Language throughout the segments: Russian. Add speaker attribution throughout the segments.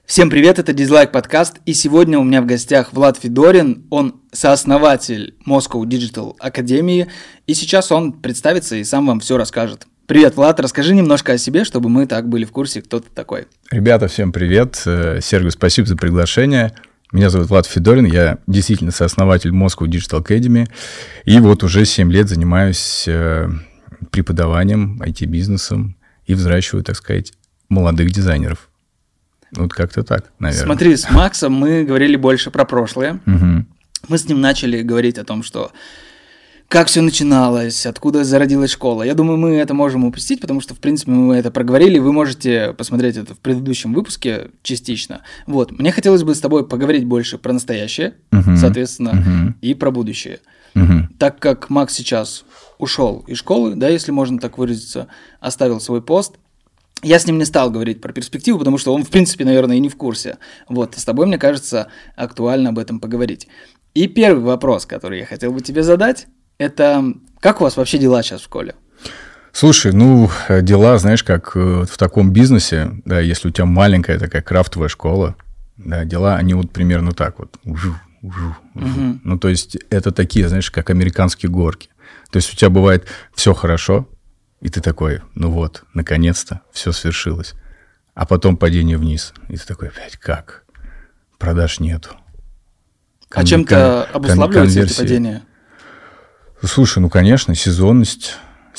Speaker 1: Всем привет, это Дизлайк подкаст, и сегодня у меня в гостях Влад Федорин, он сооснователь Moscow Digital Академии, и сейчас он представится и сам вам все расскажет. Привет, Влад, расскажи немножко о себе, чтобы мы так были в курсе, кто ты такой.
Speaker 2: Ребята, всем привет, Сергей, спасибо за приглашение. Меня зовут Влад Федорин, я действительно сооснователь Moscow Digital Academy, и вот уже 7 лет занимаюсь преподаванием, IT-бизнесом и взращиваю, так сказать, молодых дизайнеров. Вот как-то так, наверное.
Speaker 1: Смотри, с Максом мы говорили больше про прошлое.
Speaker 2: Угу.
Speaker 1: Мы с ним начали говорить о том, что как все начиналось, откуда зародилась школа. Я думаю, мы это можем упустить, потому что, в принципе, мы это проговорили. Вы можете посмотреть это в предыдущем выпуске частично. Вот, мне хотелось бы с тобой поговорить больше про настоящее, соответственно, и про будущее. Так как Макс сейчас ушел из школы, да, если можно так выразиться, оставил свой пост, я с ним не стал говорить про перспективу, потому что он, в принципе, наверное, и не в курсе. Вот, с тобой, мне кажется, актуально об этом поговорить. И первый вопрос, который я хотел бы тебе задать, это как у вас вообще дела сейчас в школе?
Speaker 2: Слушай, дела, знаешь, как в таком бизнесе, да, если у тебя маленькая такая крафтовая школа, да, дела, они вот примерно так вот. Ну, то есть, это такие, знаешь, как американские горки. То есть, у тебя бывает все хорошо, и ты такой, ну вот, наконец-то все свершилось. А потом падение вниз. И ты такой, опять как? Продаж нету.
Speaker 1: А чем-то обуславливаются эти падения?
Speaker 2: Слушай, конечно, сезонность.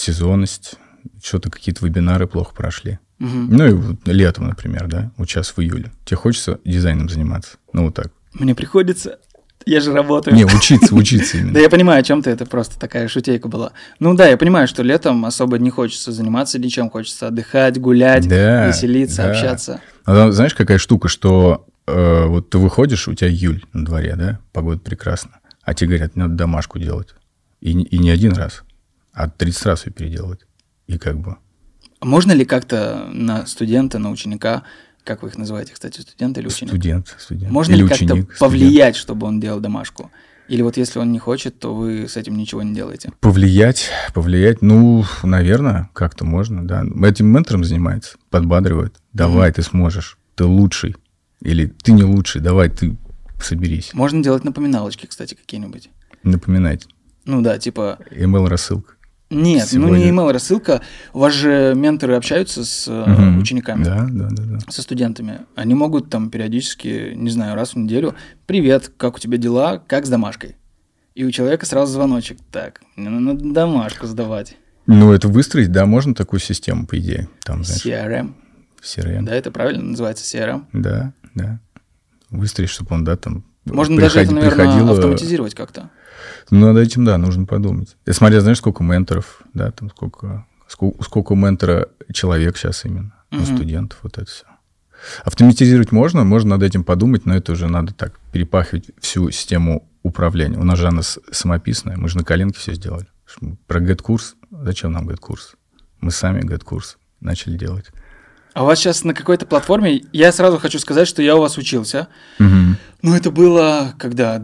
Speaker 2: Что-то какие-то вебинары плохо прошли. Ну и вот летом, например, да, вот сейчас в июле. Тебе хочется дизайном заниматься? Ну вот так.
Speaker 1: Мне приходится... Я же работаю.
Speaker 2: Не, учиться именно.
Speaker 1: Да я понимаю, о чем ты, это просто такая шутейка была. Ну да, я понимаю, что летом особо не хочется заниматься ничем, хочется отдыхать, гулять, веселиться, общаться.
Speaker 2: Знаешь, какая штука, что вот ты выходишь, у тебя июль на дворе, да, погода прекрасна, а тебе говорят, надо домашку делать. И не один раз, а 30 раз ее переделывать. И как бы...
Speaker 1: Можно ли как-то на студента, на ученика... Как вы их называете, кстати, студент или ученик?
Speaker 2: Студент.
Speaker 1: Можно или ли как-то повлиять, чтобы он делал домашку? Или вот если он не хочет, то вы с этим ничего не делаете?
Speaker 2: Повлиять, ну, наверное, как-то можно, да. Этим ментором занимается, подбадривает. Давай, ты сможешь, ты лучший. Или ты не лучший, давай, ты соберись.
Speaker 1: Можно делать напоминалочки, кстати, какие-нибудь.
Speaker 2: Напоминать.
Speaker 1: Ну да, типа...
Speaker 2: Email-рассылка.
Speaker 1: Нет, сегодня... не email-рассылка. У вас же менторы общаются с учениками,
Speaker 2: да.
Speaker 1: Со студентами. Они могут там периодически, не знаю, раз в неделю: «Привет, как у тебя дела, как с домашкой?» И у человека сразу звоночек: «Так, мне надо домашку сдавать».
Speaker 2: Ну, это выстроить, да, можно такую систему, по идее. Там, знаешь,
Speaker 1: CRM. Да, это правильно называется CRM.
Speaker 2: Да. Выстроить, чтобы он, да, там...
Speaker 1: Можно даже это, наверное, автоматизировать как-то.
Speaker 2: Ну, над этим, да, нужно подумать. Смотря, знаешь, сколько менторов, да, там сколько ментора человек сейчас именно, студентов, вот это все. Автоматизировать можно над этим подумать, но это уже надо так перепахивать всю систему управления. У нас же она самописная, мы же на коленке все сделали. Про GET-курс, зачем нам GET-курс? Мы сами GET-курс начали делать.
Speaker 1: А у вас сейчас на какой-то платформе, я сразу хочу сказать, что я у вас учился, но это было когда,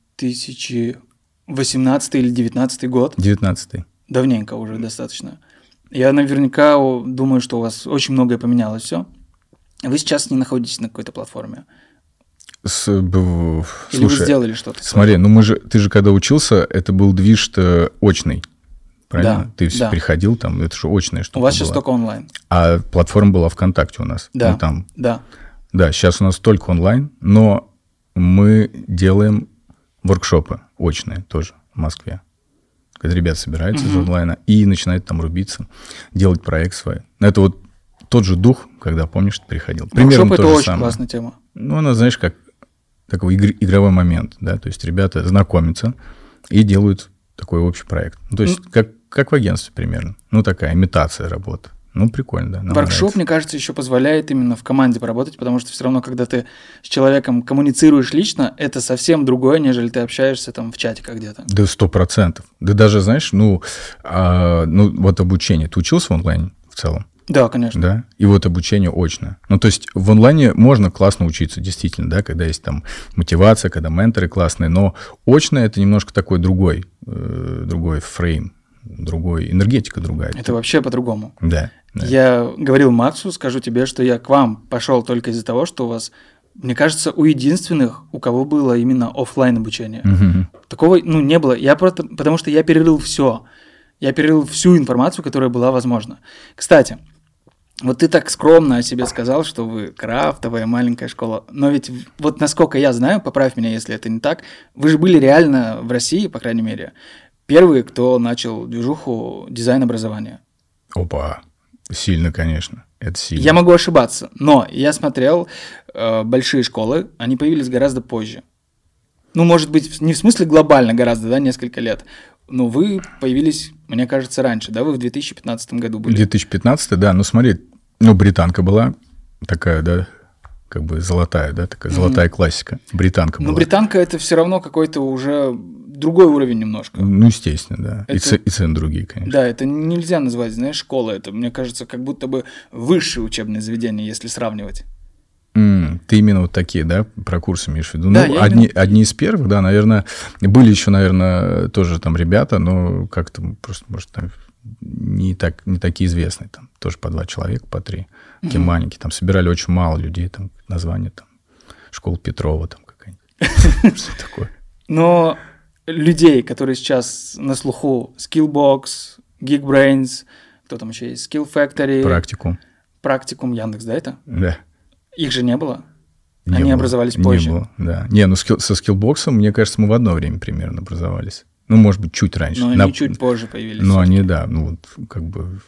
Speaker 1: 2018 или 2019 год?
Speaker 2: 19-й.
Speaker 1: Давненько уже достаточно. Я наверняка думаю, что у вас очень многое поменялось все. Вы сейчас не находитесь на какой-то платформе?
Speaker 2: Слушай,
Speaker 1: или вы сделали что-то?
Speaker 2: Смотри, ты же когда учился, это был движ-то очный. Правильно? Да, ты все приходил, там, это же очная штука.
Speaker 1: У вас сейчас только онлайн.
Speaker 2: А платформа была ВКонтакте у нас.
Speaker 1: Да,
Speaker 2: ну, там.
Speaker 1: Да,
Speaker 2: сейчас у нас только онлайн, но мы делаем воркшопы очные тоже в Москве. Когда ребята собираются из онлайна и начинают там рубиться, делать проект свой. Это вот тот же дух, когда, помнишь, ты приходил.
Speaker 1: Воркшоп — это очень классная тема.
Speaker 2: Ну, она, знаешь, как такой игровой момент, да, то есть ребята знакомятся и делают такой общий проект. Ну, то есть как в агентстве примерно. Ну, такая имитация работы. Ну, прикольно, да.
Speaker 1: Воркшоп, мне кажется, еще позволяет именно в команде поработать, потому что все равно, когда ты с человеком коммуницируешь лично, это совсем другое, нежели ты общаешься там в чатиках где-то.
Speaker 2: Да, 100%. Да даже, знаешь, вот обучение. Ты учился в онлайне в целом?
Speaker 1: Да, конечно.
Speaker 2: Да, и вот обучение очно. Ну, то есть в онлайне можно классно учиться, действительно, да, когда есть там мотивация, когда менторы классные, но очно это немножко такой другой фрейм, другой, энергетика другая.
Speaker 1: Это вообще по-другому.
Speaker 2: Да.
Speaker 1: Я говорил Максу, скажу тебе, что я к вам пошел только из-за того, что у вас мне кажется, у единственных, у кого было именно офлайн обучение.
Speaker 2: Мгм.
Speaker 1: Такого, не было. Потому что я перерыл все. Я перерыл всю информацию, которая была возможна. Кстати, вот ты так скромно о себе сказал, что вы крафтовая маленькая школа. Но ведь вот насколько я знаю, поправь меня, если это не так, вы же были реально в России, по крайней мере, первые, кто начал движуху дизайн-образования.
Speaker 2: Опа, сильно, конечно, это сильно.
Speaker 1: Я могу ошибаться, но я смотрел большие школы, они появились гораздо позже. Ну, может быть, не в смысле глобально гораздо, да, несколько лет, но вы появились, мне кажется, раньше, да, вы в 2015 году были.
Speaker 2: 2015, да, ну смотри, британка была такая, да, как бы золотая, да, такая золотая классика. Британка была.
Speaker 1: Но британка это все равно какой-то уже другой уровень немножко.
Speaker 2: Ну, естественно, да.
Speaker 1: Это...
Speaker 2: И цены другие, конечно.
Speaker 1: Да, это нельзя назвать, знаешь, школой. Это, мне кажется, как будто бы высшее учебное заведение, если сравнивать.
Speaker 2: Ты именно вот такие, да, про курсы имеешь в виду?
Speaker 1: Да,
Speaker 2: ну, одни из первых, да, наверное, были еще, наверное, тоже там ребята, но как-то просто, может, там не такие известные, там тоже по 2 человека, по 3, такие маленькие, там собирали очень мало людей, там название там школа Петрова там какая-нибудь, что такое.
Speaker 1: Но людей, которые сейчас на слуху, Skillbox, Geekbrains, кто там еще есть, Skill Factory, Практикум, Яндекс, да, это?
Speaker 2: Да.
Speaker 1: Их же не было? Они образовались позже?
Speaker 2: Не было, да. Не, ну со Skillbox, мне кажется, мы в одно время примерно образовались. Ну, может быть, чуть раньше.
Speaker 1: Но они чуть позже появились.
Speaker 2: Ну, они, да, ну, вот как бы...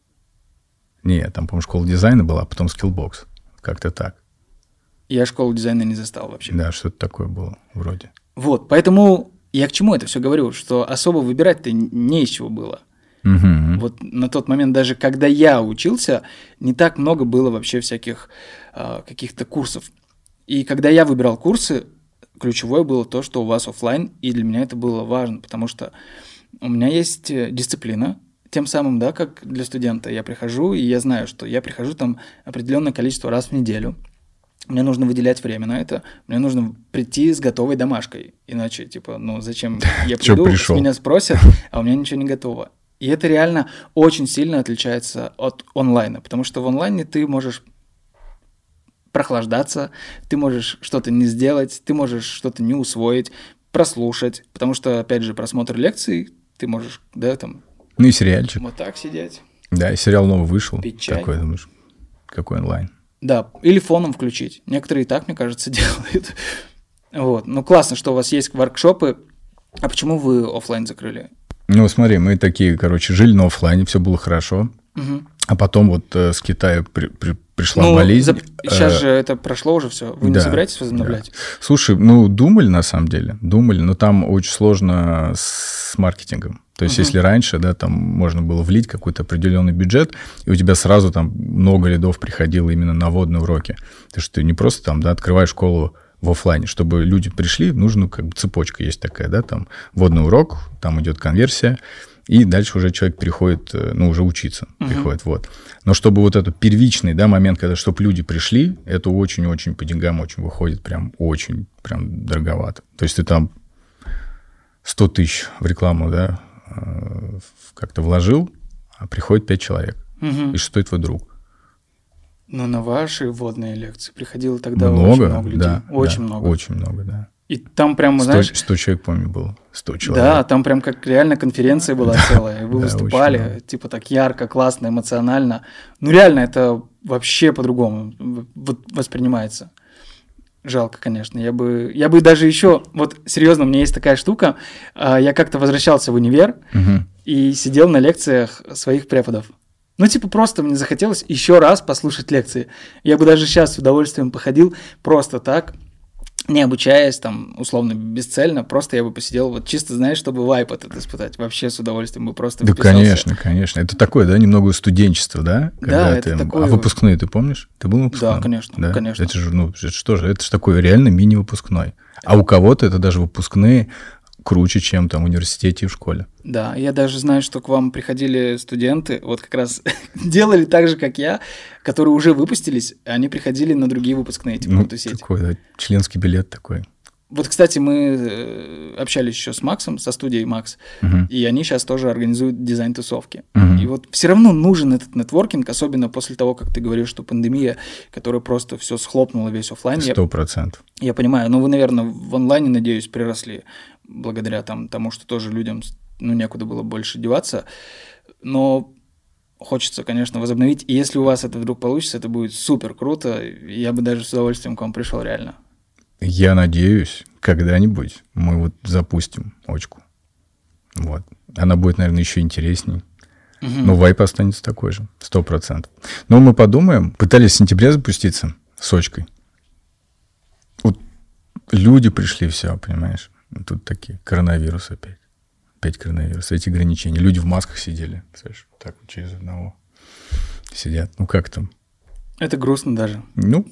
Speaker 2: Не, там, по-моему, школа дизайна была, а потом Skillbox. Как-то так.
Speaker 1: Я школу дизайна не застал вообще.
Speaker 2: Да, что-то такое было вроде.
Speaker 1: Вот, поэтому я к чему это все говорю? Что особо выбирать-то не из чего было.
Speaker 2: Угу.
Speaker 1: Вот на тот момент, даже когда я учился, не так много было вообще всяких каких-то курсов. И когда я выбирал курсы, ключевое было то, что у вас офлайн, и для меня это было важно, потому что у меня есть дисциплина, тем самым, да, как для студента. Я прихожу, и я знаю, что я прихожу там определенное количество раз в неделю. Мне нужно выделять время на это, мне нужно прийти с готовой домашкой, иначе, типа, ну зачем я приду, с меня спросят, а у меня ничего не готово. И это реально очень сильно отличается от онлайна, потому что в онлайне ты можешь прохлаждаться, ты можешь что-то не сделать, ты можешь что-то не усвоить, прослушать, потому что, опять же, просмотр лекций, ты можешь, да, там...
Speaker 2: Ну и сериальчик.
Speaker 1: Вот так сидеть.
Speaker 2: Да, и сериал новый вышел.
Speaker 1: Пить чай.
Speaker 2: Какой, думаешь, какой онлайн?
Speaker 1: Да, или фоном включить. Некоторые и так, мне кажется, делают. Вот. Ну, классно, что у вас есть воркшопы. А почему вы офлайн закрыли?
Speaker 2: Ну, смотри, мы такие, короче, жили на офлайне, все было хорошо.
Speaker 1: Угу.
Speaker 2: А потом вот с Китая пришла болезнь.
Speaker 1: Сейчас же это прошло уже все. Вы не собираетесь возобновлять?
Speaker 2: Да. Слушай, ну, думали на самом деле, но там очень сложно с маркетингом. То есть, если раньше, да, там можно было влить какой-то определенный бюджет, и у тебя сразу там много лидов приходило именно на вводные уроки. То есть, ты не просто там, да, открываешь школу в офлайне. Чтобы люди пришли, нужно как бы цепочка есть такая, да, там вводный урок, там идет конверсия, и дальше уже человек переходит, ну, уже учиться приходит, вот. Но чтобы вот этот первичный, да, момент, когда, чтобы люди пришли, это очень-очень по деньгам очень выходит, прям очень, прям дороговато. То есть, ты там 100 тысяч в рекламу, да, как-то вложил, а приходит 5 человек. И что это твой друг?
Speaker 1: Ну, на ваши вводные лекции приходило тогда
Speaker 2: много,
Speaker 1: очень много людей.
Speaker 2: Да,
Speaker 1: очень много.
Speaker 2: Очень много, да.
Speaker 1: И там прям,
Speaker 2: 100,
Speaker 1: знаешь...
Speaker 2: 100 человек, помню, было. 100 человек.
Speaker 1: Да, там прям как реально конференция была целая. И вы выступали, типа так ярко, классно, эмоционально. Ну, реально, это вообще по-другому воспринимается. Жалко, конечно. Я бы даже еще... Вот серьезно, у меня есть такая штука. Я как-то возвращался в универ и сидел на лекциях своих преподов. Ну, типа, просто мне захотелось еще раз послушать лекции. Я бы даже сейчас с удовольствием походил просто так, не обучаясь, там, условно, бесцельно, просто я бы посидел, вот чисто, знаешь, чтобы вайп этот испытать. Вообще с удовольствием бы просто
Speaker 2: вписался. Да, конечно, конечно. Это такое, да, немного студенчество, да?
Speaker 1: Да, это такое...
Speaker 2: А выпускные ты помнишь? Ты был выпускным?
Speaker 1: Да, конечно,
Speaker 2: да?
Speaker 1: конечно.
Speaker 2: Это же, ну, что же, это же такой реально мини-выпускной. А у кого-то это даже выпускные круче, чем там в университете и в школе.
Speaker 1: Да, я даже знаю, что к вам приходили студенты, вот как раз делали так же, как я, которые уже выпустились, они приходили на другие выпускные, типа,
Speaker 2: ну,
Speaker 1: тусить.
Speaker 2: Такой, да, членский билет такой.
Speaker 1: Вот, кстати, мы общались еще с Максом, со студией Макс, и они сейчас тоже организуют дизайн-тусовки. И вот все равно нужен этот нетворкинг, особенно после того, как ты говоришь, что пандемия, которая просто все схлопнула, весь офлайн.
Speaker 2: 100%.
Speaker 1: Я понимаю, но вы, наверное, в онлайне, надеюсь, приросли, благодаря тому, что тоже людям некуда было больше деваться. Но хочется, конечно, возобновить. И если у вас это вдруг получится, это будет супер круто. Я бы даже с удовольствием к вам пришел реально.
Speaker 2: Я надеюсь, когда-нибудь мы вот запустим очку. Вот. Она будет, наверное, еще интересней. Но вайп останется такой же, 100%. Но мы подумаем. Пытались в сентябре запуститься с очкой. Вот люди пришли, все, понимаешь? Тут такие, коронавирус опять. Опять коронавирус, эти ограничения. Люди в масках сидели, представляешь, так вот через одного сидят. Ну, как там?
Speaker 1: Это грустно даже.
Speaker 2: Ну,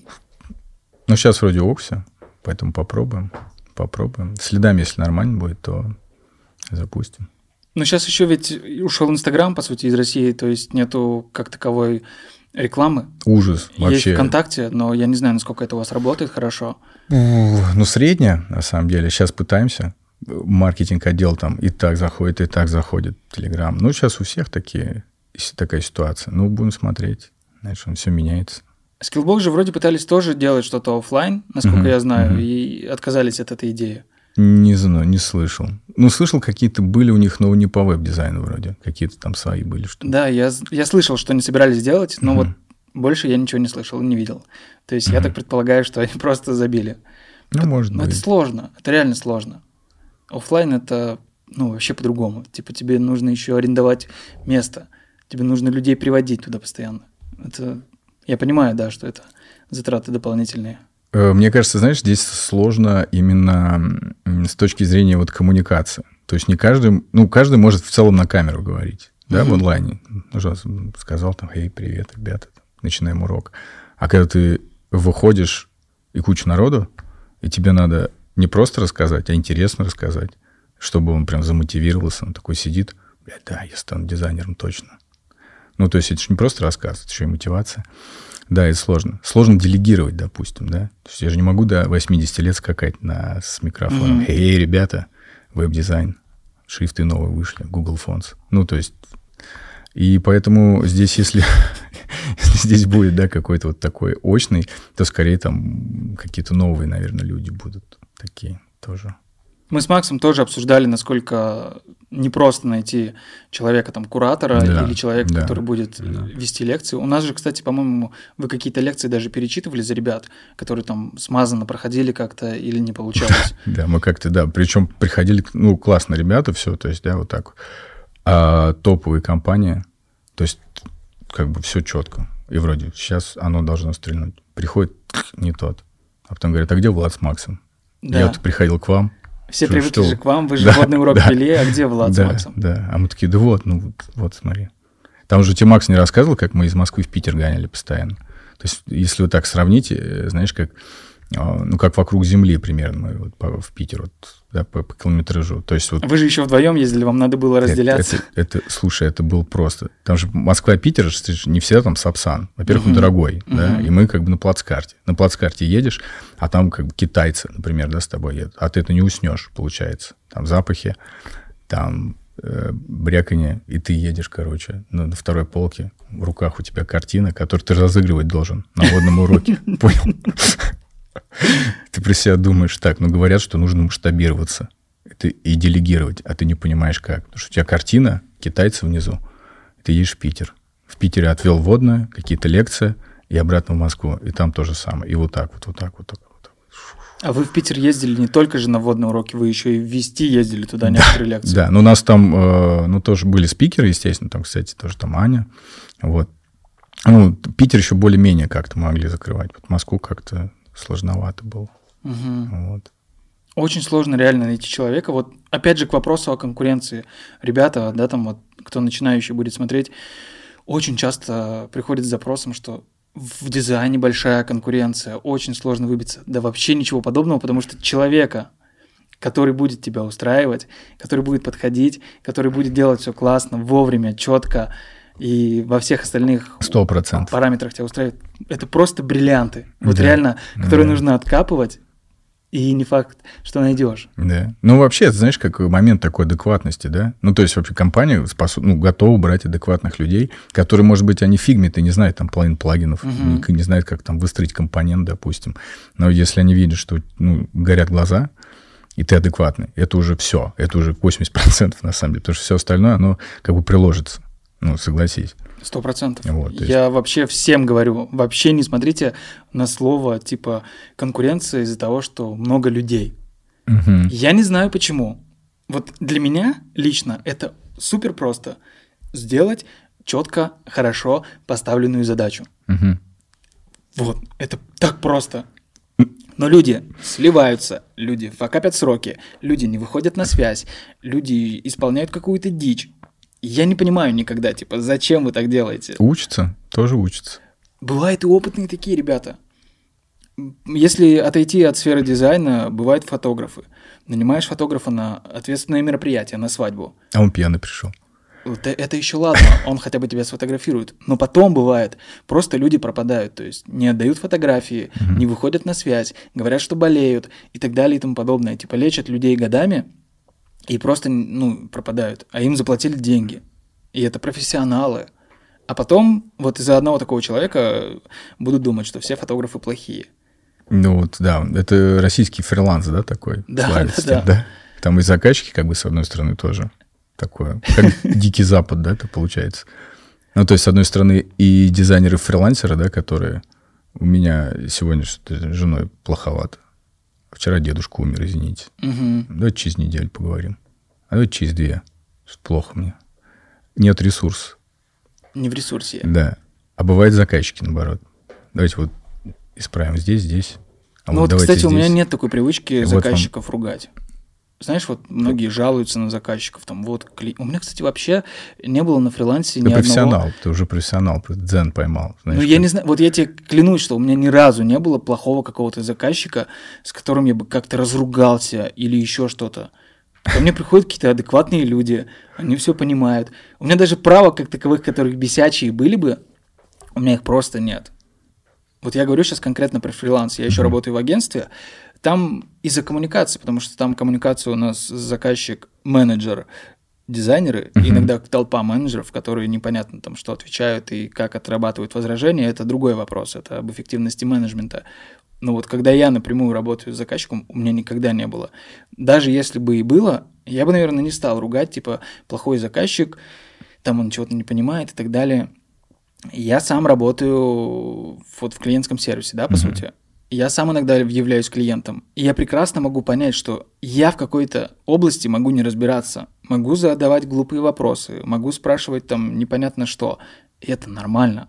Speaker 2: сейчас вроде ок все. Поэтому попробуем. Следами, если нормально будет, то запустим.
Speaker 1: Но сейчас еще ведь ушел Инстаграм, по сути, из России, то есть нету как таковой рекламы.
Speaker 2: Ужас вообще.
Speaker 1: Есть ВКонтакте, но я не знаю, насколько это у вас работает хорошо.
Speaker 2: Ну, средняя, на самом деле. Сейчас пытаемся. Маркетинг-отдел там и так заходит, Телеграм. Ну, сейчас у всех такая ситуация. Ну, будем смотреть. Значит, все меняется.
Speaker 1: Skillbox же вроде пытались тоже делать что-то офлайн, насколько я знаю, и отказались от этой идеи.
Speaker 2: Не знаю, не слышал. Ну, слышал, какие-то были у них, но не по веб-дизайну вроде. Какие-то там свои были. Что-то.
Speaker 1: Да, я слышал, что они собирались делать, но вот больше я ничего не слышал, не видел. То есть я так предполагаю, что они просто забили.
Speaker 2: Ну, может быть.
Speaker 1: Это сложно, это реально сложно. Офлайн это, вообще по-другому. Типа тебе нужно еще арендовать место, тебе нужно людей приводить туда постоянно. Это... Я понимаю, да, что это затраты дополнительные.
Speaker 2: Мне кажется, знаешь, здесь сложно именно с точки зрения вот коммуникации. То есть не каждый, каждый может в целом на камеру говорить, да, в онлайне. Сказал там, «Эй, привет, ребята», начинаем урок. А когда ты выходишь и куча народу, и тебе надо не просто рассказать, а интересно рассказать, чтобы он прям замотивировался, он такой сидит, да, я стану дизайнером точно. Ну, то есть это же не просто рассказ, это еще и мотивация. Да, это сложно. Сложно делегировать, допустим, да. То есть я же не могу до 80 лет скакать с микрофоном. Эй, ребята, веб-дизайн, шрифты новые вышли, Google Fonts. Ну, то есть... И поэтому здесь, если здесь будет, да, какой-то вот такой очный, то скорее там какие-то новые, наверное, люди будут такие тоже.
Speaker 1: Мы с Максом тоже обсуждали, насколько непросто найти человека, там, куратора или человека, который будет вести лекции. У нас же, кстати, по-моему, вы какие-то лекции даже перечитывали за ребят, которые там смазанно проходили как-то или не получалось.
Speaker 2: Да, мы как-то, причем приходили, классно ребята, все, то есть, вот так. А топовые компании, то есть, как бы все четко. И вроде сейчас оно должно стрельнуть. Приходит не тот. А потом говорят, а где Влад с Максом? Я вот приходил к вам.
Speaker 1: Все привыкли же к вам, вы же водный урок вели, а где Влад с Максом?
Speaker 2: Да, а мы такие, вот, смотри. Там же тебе Макс не рассказывал, как мы из Москвы в Питер гоняли постоянно. То есть, если вы так сравните, знаешь, как вокруг Земли примерно, мы вот в Питер, по километражу. То есть, вот...
Speaker 1: Вы же еще вдвоем ездили, вам надо было разделяться.
Speaker 2: Слушай, это было просто. Там же Москва-Питер, не всегда там Сапсан. Во-первых, он дорогой, да, и мы как бы на плацкарте. На плацкарте едешь, а там как бы китайцы, например, да, с тобой едут. А ты это не уснешь, получается. Там запахи, там бряканье, и ты едешь, короче, на второй полке. В руках у тебя картина, которую ты разыгрывать должен на водном уроке. Понял? Ты про себя думаешь, говорят, что нужно масштабироваться и делегировать, а ты не понимаешь как. Потому что у тебя картина, китайцы внизу, и ты едешь в Питер. В Питере отвел водное, какие-то лекции, и обратно в Москву, и там то же самое. И вот так.
Speaker 1: А вы в Питер ездили не только же на водные уроки, вы еще и вести ездили туда некоторые лекции.
Speaker 2: Да, у нас там, тоже были спикеры, естественно, там, кстати, тоже там Аня, вот. Питер еще более-менее как-то могли закрывать, вот Москву как-то сложновато было. Вот.
Speaker 1: Очень сложно реально найти человека. Вот опять же к вопросу о конкуренции. Ребята, да, там вот кто начинающий будет смотреть, очень часто приходит с запросом, что в дизайне большая конкуренция, очень сложно выбиться. Да вообще ничего подобного, потому что человека, который будет тебя устраивать, который будет подходить, который будет делать все классно, вовремя, четко, и во всех остальных
Speaker 2: 100%
Speaker 1: параметрах тебя устраивает. Это просто бриллианты. Вот реально, которые нужно откапывать и не факт, что найдешь.
Speaker 2: Да. Ну, вообще, это, знаешь, как момент такой адекватности, да? Ну, то есть, вообще, компания готова брать адекватных людей, которые, может быть, они фигмиты, не знают там половину плагинов, не знают, как там выстроить компонент, допустим. Но если они видят, что горят глаза, и ты адекватный, это уже все. Это уже 80% на самом деле. Потому что все остальное, оно как бы приложится. Ну, согласись.
Speaker 1: 100%.
Speaker 2: Вот,
Speaker 1: я вообще всем говорю, вообще не смотрите на слово типа конкуренция из-за того, что много людей. Я не знаю почему. Вот для меня лично это супер просто сделать четко, хорошо поставленную задачу. Вот, это так просто. Но люди сливаются, люди факапят сроки, люди не выходят на связь, люди исполняют какую-то дичь. Я не понимаю никогда, типа, зачем вы так делаете?
Speaker 2: Учатся, тоже учатся.
Speaker 1: Бывают и опытные такие ребята. Если отойти от сферы дизайна, бывают фотографы. Нанимаешь фотографа на ответственное мероприятие, на свадьбу.
Speaker 2: А он пьяный пришел.
Speaker 1: Это еще ладно, он хотя бы тебя сфотографирует. Но потом бывает, просто люди пропадают, то есть не отдают фотографии, не выходят на связь, говорят, что болеют и так далее и тому подобное. Типа лечат людей годами и просто, пропадают. А им заплатили деньги. И это профессионалы. А потом вот из-за одного такого человека будут думать, что все фотографы плохие.
Speaker 2: Ну вот, да, это российский фриланс, да, такой?
Speaker 1: Да.
Speaker 2: Там и заказчики, как бы, с одной стороны, тоже такое, как Дикий Запад, да, это получается. Ну, то есть, с одной стороны, и дизайнеры-фрилансеры, да, которые у меня сегодня что-то с женой плоховато. Вчера дедушка умер, извините. Давайте через неделю поговорим. А давайте через 2. Что-то плохо мне. Нет ресурса.
Speaker 1: Не в ресурсе.
Speaker 2: Да. А бывают заказчики, наоборот. Давайте вот исправим здесь. А
Speaker 1: вот, кстати, здесь. У меня нет такой привычки
Speaker 2: вот
Speaker 1: заказчиков ругать. Знаешь, вот многие жалуются на заказчиков. Там, вот, У меня, кстати, вообще не было на фрилансе ни одного...
Speaker 2: профессионал, ты уже профессионал, дзен поймал.
Speaker 1: Знаешь, я не знаю, вот я тебе клянусь, что у меня ни разу не было плохого какого-то заказчика, с которым я бы как-то разругался или еще что-то. Ко мне приходят какие-то адекватные люди, они все понимают. У меня даже правок как таковых, которых бесячие были бы, у меня их просто нет. Вот я говорю сейчас конкретно про фриланс. Я еще работаю в агентстве. Там из-за коммуникации, потому что там коммуникация у нас заказчик, менеджер, дизайнеры, и иногда толпа менеджеров, которые непонятно там, что отвечают и как отрабатывают возражения, это другой вопрос, это об эффективности менеджмента. Но вот когда я напрямую работаю с заказчиком, у меня никогда не было. Даже если бы и было, я бы, наверное, не стал ругать, типа, плохой заказчик, там он чего-то не понимает и так далее. Я сам работаю вот в клиентском сервисе, да, по сути. Я сам иногда являюсь клиентом. И я прекрасно могу понять, что я в какой-то области могу не разбираться. Могу задавать глупые вопросы, могу спрашивать там непонятно что. И это нормально.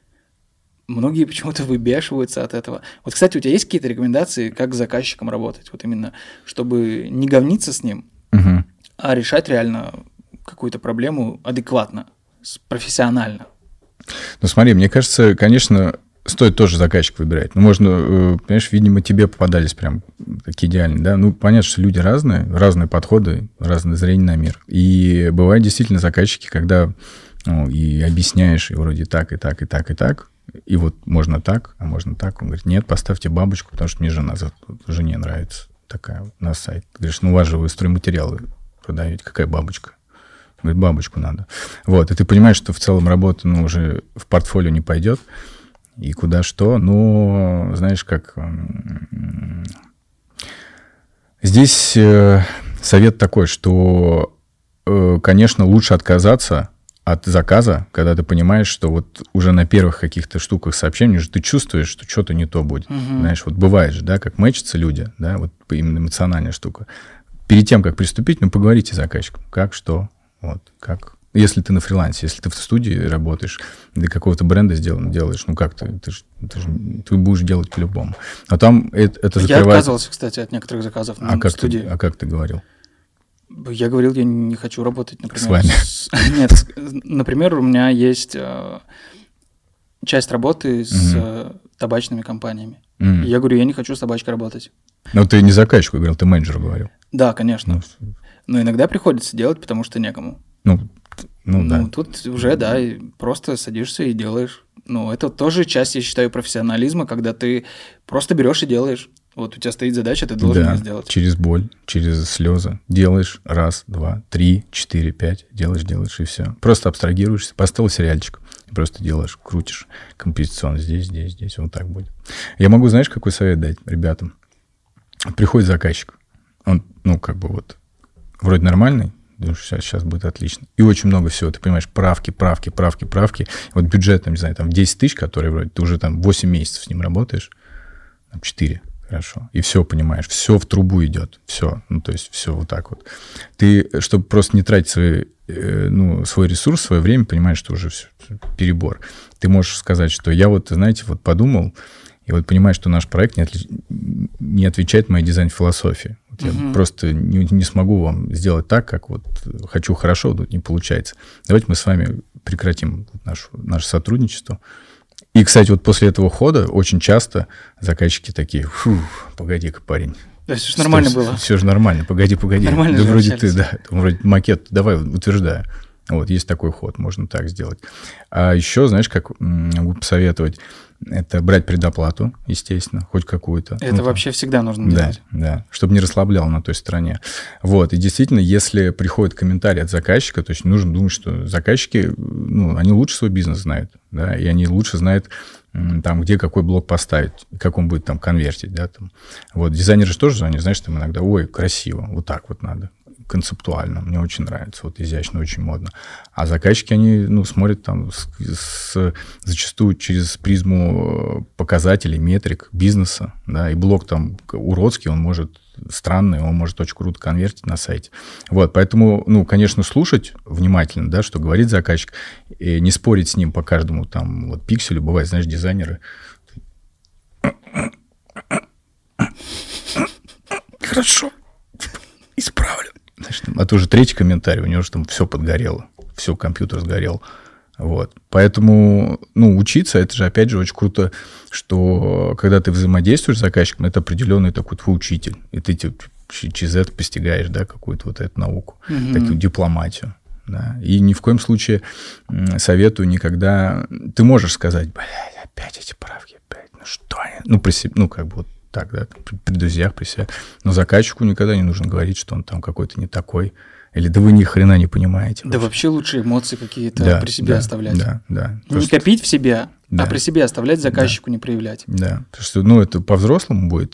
Speaker 1: Многие почему-то выбешиваются от этого. Вот, кстати, у тебя есть какие-то рекомендации, как с заказчиком работать? Вот именно, чтобы не говниться с ним, а решать реально какую-то проблему адекватно, профессионально.
Speaker 2: Ну, смотри, мне кажется, конечно, стоит тоже заказчик выбирать. Ну, можно, понимаешь, видимо, тебе попадались прям такие идеальные, да? Ну, понятно, что люди разные подходы, разное зрение на мир. И бывают действительно заказчики, когда и объясняешь, и вроде так, и так, и так, и так, и вот можно так, а можно так. Он говорит, нет, поставьте бабочку, потому что мне жене нравится такая вот на сайт. Ты говоришь, ну, у вас же вы стройматериалы продаете, какая бабочка? Он говорит, бабочку надо. Вот, и ты понимаешь, что в целом работа, уже в портфолио не пойдет, и куда что, но, знаешь, как... Здесь совет такой, что, конечно, лучше отказаться от заказа, когда ты понимаешь, что вот уже на первых каких-то штуках сообщений уже ты чувствуешь, что что-то не то будет. Знаешь, вот бывает же, да, как мэчатся люди, да, вот именно эмоциональная штука. Перед тем, как приступить, поговорите с заказчиком, как, что, вот, как. Если ты на фрилансе, если ты в студии работаешь, для какого-то бренда делаешь, как ты будешь делать по-любому. А там это закрывает...
Speaker 1: Я отказывался, кстати, от некоторых заказов в студии.
Speaker 2: Как ты говорил?
Speaker 1: Я говорил, я не хочу работать, например...
Speaker 2: С вами?
Speaker 1: Нет, например, у меня есть часть работы с табачными компаниями. И я говорю, я не хочу с табачкой работать.
Speaker 2: Но ты не заказчику говорил, ты менеджеру говорил.
Speaker 1: Да, конечно. Но иногда приходится делать, потому что некому.
Speaker 2: Да.
Speaker 1: Тут уже, да, и просто садишься и делаешь. Это тоже часть, я считаю, профессионализма, когда ты просто берешь и делаешь. Вот у тебя стоит задача, ты должен ее сделать.
Speaker 2: Через боль, через слезы. Делаешь 1, 2, 3, 4, 5. Делаешь, и все. Просто абстрагируешься. Поставил сериальчик. Просто делаешь, крутишь композицион здесь. Вот так будет. Я могу, знаешь, какой совет дать ребятам? Приходит заказчик. Он, вроде нормальный. Думаешь, сейчас будет отлично. И очень много всего. Ты понимаешь, правки. Вот бюджет, там, не знаю, там 10 тысяч, который вроде ты уже там 8 месяцев с ним работаешь. Там 4. Хорошо. И все понимаешь, все в трубу идет. Все. То есть все вот так вот. Ты, чтобы просто не тратить свой ресурс, свое время, понимаешь, что уже все, перебор. Ты можешь сказать, что я подумал, и вот понимаю, что наш проект не отвечает моей дизайн-философии. Вот я просто не смогу вам сделать так, как вот хочу хорошо, тут не получается. Давайте мы с вами прекратим наше сотрудничество. И, кстати, вот после этого хода очень часто заказчики такие: погоди-ка, парень.
Speaker 1: Да, все же нормально было.
Speaker 2: Все же нормально, погоди.
Speaker 1: Нормально
Speaker 2: да вроде макет, давай, утверждаю. Вот, есть такой ход, можно так сделать. А еще, знаешь, как могу посоветовать, это брать предоплату, естественно, хоть какую-то.
Speaker 1: Это вообще всегда нужно делать.
Speaker 2: Да, чтобы не расслаблял на той стороне. Вот, и действительно, если приходит комментарий от заказчика, то есть нужно думать, что заказчики, они лучше свой бизнес знают, да, и они лучше знают, там, где какой блок поставить, как он будет там конвертить, да, там. Вот, дизайнеры же тоже, они, знаешь, там иногда, ой, красиво, вот так вот надо. Концептуально, мне очень нравится, вот изящно, очень модно. А заказчики, они, смотрят там зачастую через призму показателей, метрик бизнеса, да, и блок там уродский, он может странный, он может очень круто конвертить на сайте. Вот, поэтому, конечно, слушать внимательно, да, что говорит заказчик, и не спорить с ним по каждому там вот пикселю. Бывает, знаешь, дизайнеры... Хорошо, исправлю. А то уже 3-й комментарий, у него же там все подгорело, все, компьютер сгорел. Вот. Поэтому, учиться, это же, опять же, очень круто, что когда ты взаимодействуешь с заказчиком, это определенный такой твой учитель. И ты через это постигаешь, да, какую-то вот эту науку, такую дипломатию. Да. И ни в коем случае советую никогда... Ты можешь сказать: опять эти правки, опять, что они... при себе, вот так, да, при друзьях, при себе. Но заказчику никогда не нужно говорить, что он там какой-то не такой. Или да вы ни хрена не понимаете.
Speaker 1: Да вообще лучше эмоции какие-то при себе оставлять.
Speaker 2: Да.
Speaker 1: Не копить в себя, а при себе оставлять, заказчику не проявлять.
Speaker 2: Да, потому что, это по-взрослому будет,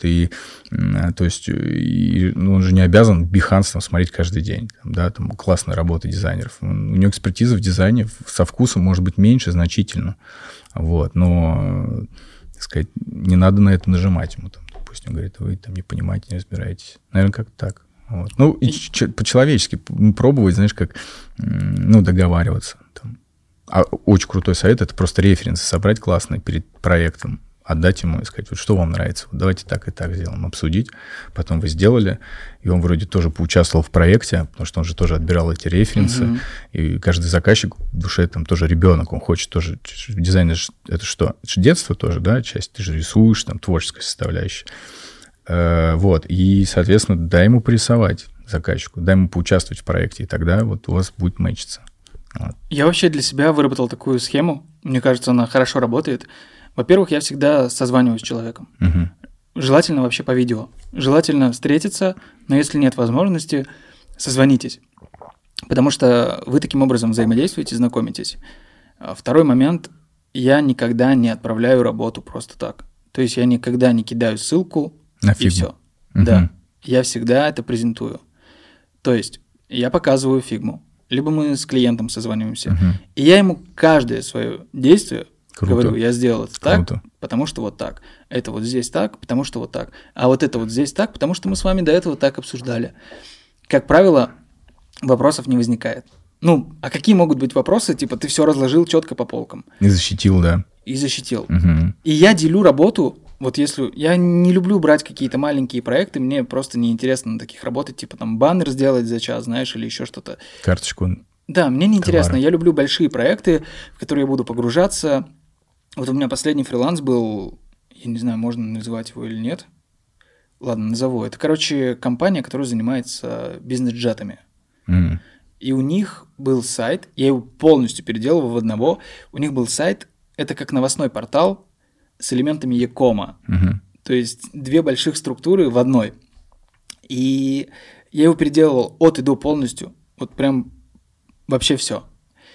Speaker 2: то есть, он же не обязан биханством смотреть каждый день. Там классная работа дизайнеров. У него экспертиза в дизайне со вкусом может быть меньше значительно. Вот, но, так сказать, не надо на это нажимать ему. Допустим, говорит: вы там не понимаете, не разбираетесь. Наверное, как-то так. Вот. И по-человечески пробовать, знаешь, как, договариваться. Там. А очень крутой совет — это просто референсы собрать классные перед проектом, отдать ему и сказать: вот что вам нравится, вот давайте так и так сделаем, обсудить. Потом вы сделали, и он вроде тоже поучаствовал в проекте, потому что он же тоже отбирал эти референсы, и каждый заказчик в душе там тоже ребенок, он хочет тоже... Дизайн — это что? Это же детство тоже, да, часть, ты же рисуешь, там творческая составляющая. Вот, и, соответственно, дай ему порисовать заказчику, дай ему поучаствовать в проекте, и тогда вот у вас будет мэчиться. Вот.
Speaker 1: Я вообще для себя выработал такую схему, мне кажется, она хорошо работает. Во-первых, я всегда созваниваюсь с человеком. Желательно вообще по видео. Желательно встретиться, но если нет возможности, созвонитесь. Потому что вы таким образом взаимодействуете, знакомитесь. Второй момент. Я никогда не отправляю работу просто так. То есть я никогда не кидаю ссылку, и все. Да. Я всегда это презентую. То есть я показываю фигму. Либо мы с клиентом созваниваемся. И я ему каждое свое действие говорю: я сделал это так, потому что вот так. Это вот здесь так, потому что вот так. А вот это вот здесь так, потому что мы с вами до этого так обсуждали. Как правило, вопросов не возникает. А какие могут быть вопросы? Типа ты все разложил четко по полкам.
Speaker 2: И защитил, да.
Speaker 1: И защитил. И я делю работу. Вот если... Я не люблю брать какие-то маленькие проекты, мне просто неинтересно на таких работать, типа там баннер сделать за час, знаешь, или еще что-то.
Speaker 2: Карточку.
Speaker 1: Да, мне неинтересно. Я люблю большие проекты, в которые я буду погружаться. Вот у меня последний фриланс был, я не знаю, можно называть его или нет. Ладно, назову. Это, компания, которая занимается бизнес-джетами. И у них был сайт, я его полностью переделал в одного. У них был сайт, это как новостной портал, с элементами e-кома. То есть 2 больших структуры в одной. И я его переделывал от и до полностью. Вот прям вообще все.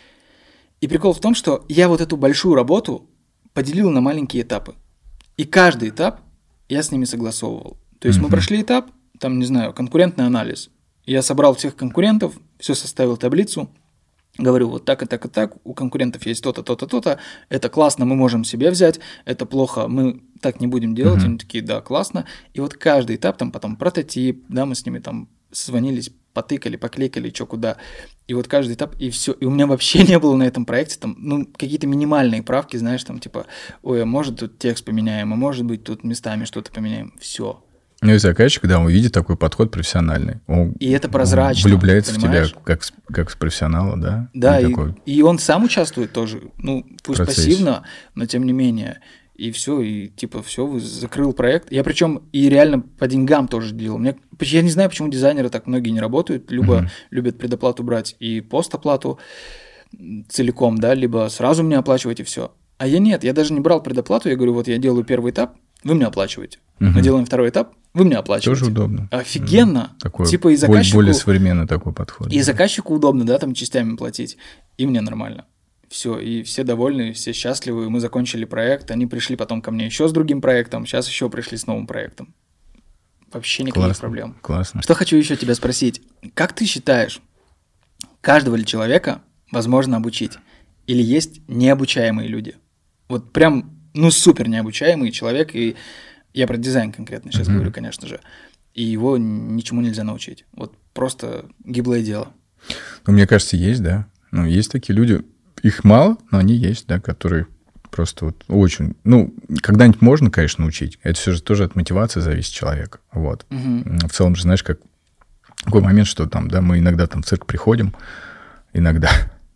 Speaker 1: И прикол в том, что я вот эту большую работу поделил на маленькие этапы. И каждый этап я с ними согласовывал. То есть мы прошли этап, там, не знаю, конкурентный анализ. Я собрал всех конкурентов, все составил таблицу, говорю, вот так и так и так, у конкурентов есть то-то, то-то, то-то, это классно, мы можем себе взять, это плохо, мы так не будем делать, они такие, да, классно. И вот каждый этап, там потом прототип, да, мы с ними там созвонились, потыкали, покликали, что куда. И вот каждый этап, и все. И у меня вообще не было на этом проекте там, ну, какие-то минимальные правки, знаешь, там типа, ой, а может тут текст поменяем, а может быть тут местами что-то поменяем. Все.
Speaker 2: Ну и заказчик, когда он видит такой подход профессиональный,
Speaker 1: и это прозрачно.
Speaker 2: Он влюбляется
Speaker 1: понимаешь?
Speaker 2: в тебя как в профессионала, да?
Speaker 1: Да, и он сам участвует тоже, ну, пусть пассивно, но тем не менее. И все, и типа все, закрыл проект. Я причем и реально по деньгам тоже делал. Я не знаю, почему дизайнеры так многие не работают, либо любят предоплату брать и постоплату целиком, да, либо сразу мне оплачивать и все. А я нет, я даже не брал предоплату, я говорю, вот я делаю первый этап, вы мне оплачиваете. Мы делаем второй этап, вы мне оплачиваете.
Speaker 2: Тоже удобно.
Speaker 1: Офигенно.
Speaker 2: Такой
Speaker 1: типа и заказчику...
Speaker 2: Более современный такой подход.
Speaker 1: И заказчику удобно, да, там частями платить, и мне нормально. Все, и все довольны, все счастливы, мы закончили проект, они пришли потом ко мне еще с другим проектом, сейчас еще пришли с новым проектом. Вообще никаких проблем.
Speaker 2: Классно.
Speaker 1: Что хочу еще тебя спросить. Как ты считаешь, каждого ли человека возможно обучить? Или есть необучаемые люди? Вот прям, ну, супер необучаемый человек, и я про дизайн конкретно сейчас говорю, конечно же, и его ничему нельзя научить. Вот просто гиблое дело.
Speaker 2: Ну, мне кажется, есть, да. Ну, есть такие люди, их мало, но они есть, да, которые просто вот очень... Ну, когда-нибудь можно, конечно, научить. Это все же тоже от мотивации зависит человека. Вот. В целом же, знаешь, как такой момент, что там, да, мы иногда там в цирк приходим, иногда,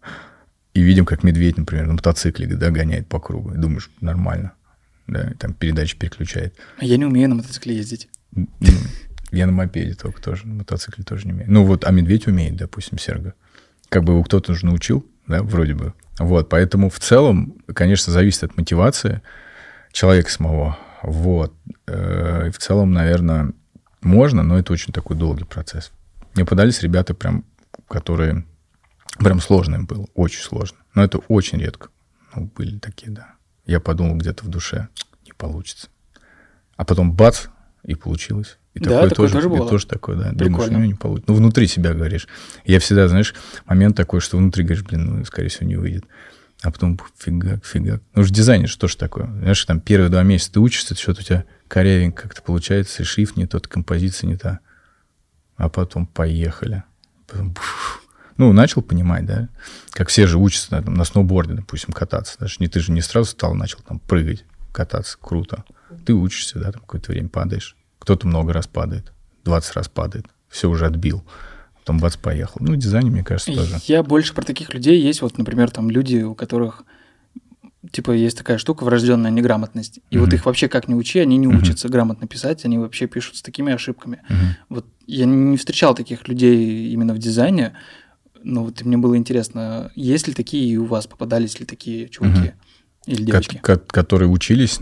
Speaker 2: и видим, как медведь, например, на мотоцикле, да, гоняет по кругу. И думаешь, нормально. Да, и там передачи переключает.
Speaker 1: Я не умею на мотоцикле ездить.
Speaker 2: Я на мопеде только тоже, на мотоцикле тоже не умею. Ну вот, а медведь умеет, допустим, Серго. Как бы его кто-то уже научил, да, вроде бы. Вот, поэтому в целом, конечно, зависит от мотивации человека самого. Вот. И в целом, наверное, можно, но это очень такой долгий процесс. Мне подались ребята прям, которые... Прям сложно им было, очень сложно. Но это очень редко. Ну, были такие, да. Я подумал где-то в душе, не получится. А потом бац, и получилось. И
Speaker 1: да,
Speaker 2: такое
Speaker 1: тоже было.
Speaker 2: Тоже такое, да.
Speaker 1: Прикольно.
Speaker 2: Думаешь, не получится. Ну, внутри себя говоришь. Я всегда, знаешь, момент такой, что внутри говоришь, блин, ну, скорее всего, не выйдет. А потом фигак. Ну, же дизайнер, что ж такое? Знаешь, там первые 2 месяца ты учишься, что-то у тебя корявенько как-то получается, и шрифт не тот, композиция не та. А потом поехали. Потом... Ну, начал понимать, да, как все же учатся на сноуборде, допустим, кататься. Даже ты же не сразу стал, начал там прыгать, кататься, круто. Ты учишься, да, там какое-то время падаешь. Кто-то много раз падает, 20 раз падает, все уже отбил. Потом бац, поехал. Ну, в дизайне, мне кажется, тоже.
Speaker 1: Я больше про таких людей. Есть вот, например, там люди, у которых, типа, есть такая штука, врожденная неграмотность. И вот их вообще как ни учи, они не учатся грамотно писать, они вообще пишут с такими ошибками. Вот я не встречал таких людей именно в дизайне. Ну, вот мне было интересно, есть ли такие и у вас, попадались ли такие чуваки или девочки?
Speaker 2: Которые учились,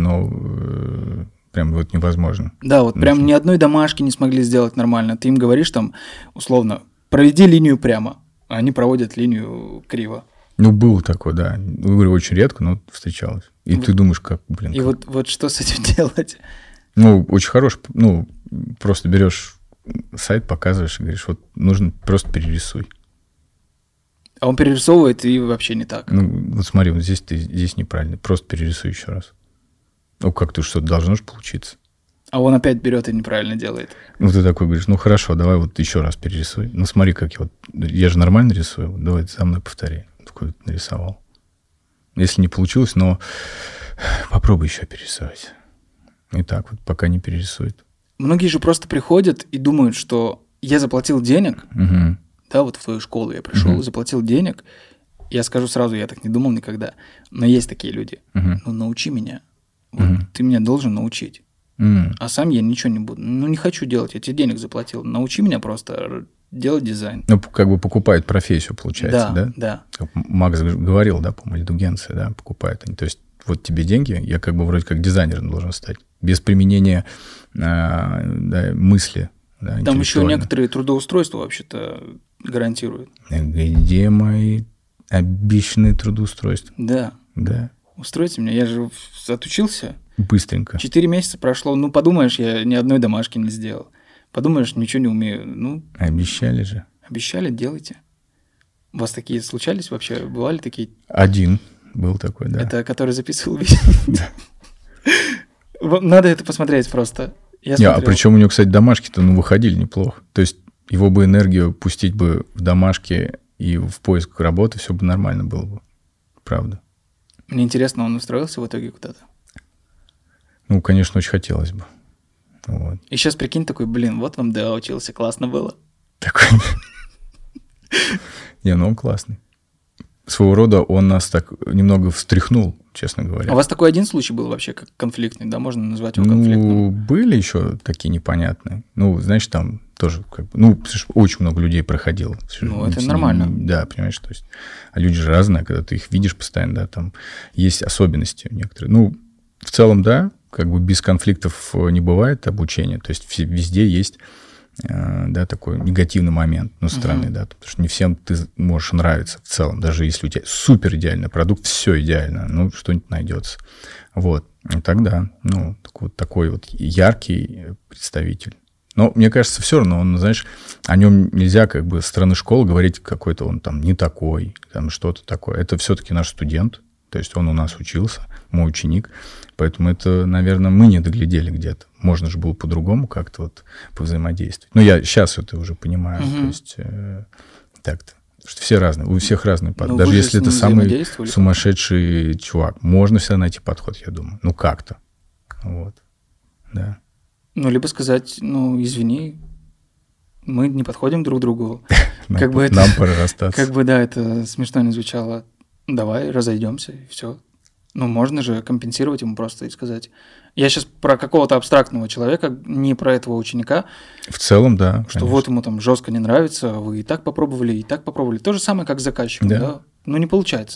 Speaker 2: но прям вот невозможно.
Speaker 1: Да, вот прям ни одной домашки не смогли сделать нормально. Ты им говоришь там, условно, проведи линию прямо, а они проводят линию криво.
Speaker 2: Ну, было такое, да. Говорю, очень редко, но встречалось. И ты думаешь, как, блин.
Speaker 1: И
Speaker 2: как...
Speaker 1: вот что с этим делать?
Speaker 2: Ну, очень хорош, ну, просто берешь сайт, показываешь и говоришь, вот нужно просто перерисуй.
Speaker 1: А он перерисовывает и вообще не так.
Speaker 2: Ну, вот смотри, вот здесь неправильно. Просто перерисуй еще раз. Ну, как-то что-то должно же получиться.
Speaker 1: А он опять берет и неправильно делает.
Speaker 2: Ну, ты такой говоришь, ну, хорошо, давай вот еще раз перерисуй. Ну, смотри, как я же нормально рисую. Давай ты за мной повтори. Такой нарисовал. Если не получилось, но попробуй еще перерисовать. И так вот, пока не перерисует.
Speaker 1: Многие же просто приходят и думают, что я заплатил денег, да, вот в твою школу я пришел, заплатил денег. Я скажу сразу, я так не думал никогда. Но есть такие люди. Ну, научи меня. Вот ты меня должен научить. А сам я ничего не буду. Ну, не хочу делать, я тебе денег заплатил. Научи меня просто делать дизайн.
Speaker 2: Ну, как бы покупают профессию, получается, да?
Speaker 1: Да.
Speaker 2: Как Макс говорил, да, по-моему, индульгенция, да, покупают они. То есть вот тебе деньги, я как бы вроде как дизайнером должен стать. без применения мысли. Да,
Speaker 1: там еще некоторые трудоустройства вообще-то гарантируют.
Speaker 2: Где мои обещанные трудоустройства?
Speaker 1: Да.
Speaker 2: Да.
Speaker 1: Устройте меня, я же отучился.
Speaker 2: Быстренько.
Speaker 1: 4 месяца прошло, ну, подумаешь, я ни одной домашки не сделал. Подумаешь, ничего не умею. Ну,
Speaker 2: обещали же.
Speaker 1: Обещали, делайте. У вас такие случались вообще? Бывали такие?
Speaker 2: Один был такой, да.
Speaker 1: Это который записывал видео? Надо это посмотреть просто.
Speaker 2: А причем у него, кстати, домашки-то выходили неплохо. То есть его бы энергию пустить бы в домашки и в поиск работы, все бы нормально было бы. Правда.
Speaker 1: Мне интересно, он устроился в итоге куда-то?
Speaker 2: Ну, конечно, очень хотелось бы. Вот.
Speaker 1: И сейчас прикинь такой, вот вам ДА учился, классно было.
Speaker 2: Такой. Не, он классный. Своего рода он нас так немного встряхнул, честно говоря.
Speaker 1: А у вас такой один случай был вообще как конфликтный, да? Можно назвать его конфликтным?
Speaker 2: Были еще такие непонятные. Знаешь, там тоже очень много людей проходило.
Speaker 1: Это нормально.
Speaker 2: Да, понимаешь, то есть, а люди же разные, когда ты их видишь постоянно, да, там есть особенности некоторые. В целом, да, без конфликтов не бывает обучения, то есть везде есть, да, такой негативный момент, со стороны, да, потому что не всем ты можешь нравиться в целом, даже если у тебя супер идеальный продукт, все идеально, что-нибудь найдется. Вот, и тогда, такой вот яркий представитель. Но мне кажется, все равно он, знаешь, о нем нельзя со стороны школы говорить, какой-то он там не такой, там что-то такое. Это все-таки наш студент, то есть он у нас учился, мой ученик, поэтому это, наверное, мы не доглядели где-то. Можно же было по-другому как-то повзаимодействовать. Я сейчас это уже понимаю, то есть так-то. Что все разные, у всех разный подход. Даже если это самый сумасшедший чувак, можно всегда найти подход, я думаю. Как-то. Вот. Да.
Speaker 1: Либо сказать, извини, мы не подходим друг к другу.
Speaker 2: Нам пора расстаться.
Speaker 1: Это смешно не звучало. Давай разойдемся, и все. Можно же компенсировать ему просто и сказать. Я сейчас про какого-то абстрактного человека, не про этого ученика.
Speaker 2: В целом, да.
Speaker 1: Что конечно. Ему там жестко не нравится, вы и так попробовали, и так попробовали. То же самое, как с заказчиком, да? Не получается.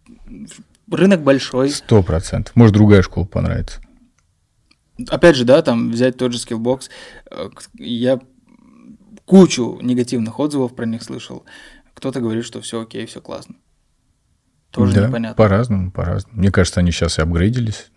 Speaker 1: Рынок большой.
Speaker 2: 100%. Может, другая школа понравится.
Speaker 1: Опять же, да, там взять тот же Skillbox. Я кучу негативных отзывов про них слышал. Кто-то говорит, что все окей, все классно. Тоже непонятно.
Speaker 2: По-разному. Мне кажется, они сейчас и апгрейдились.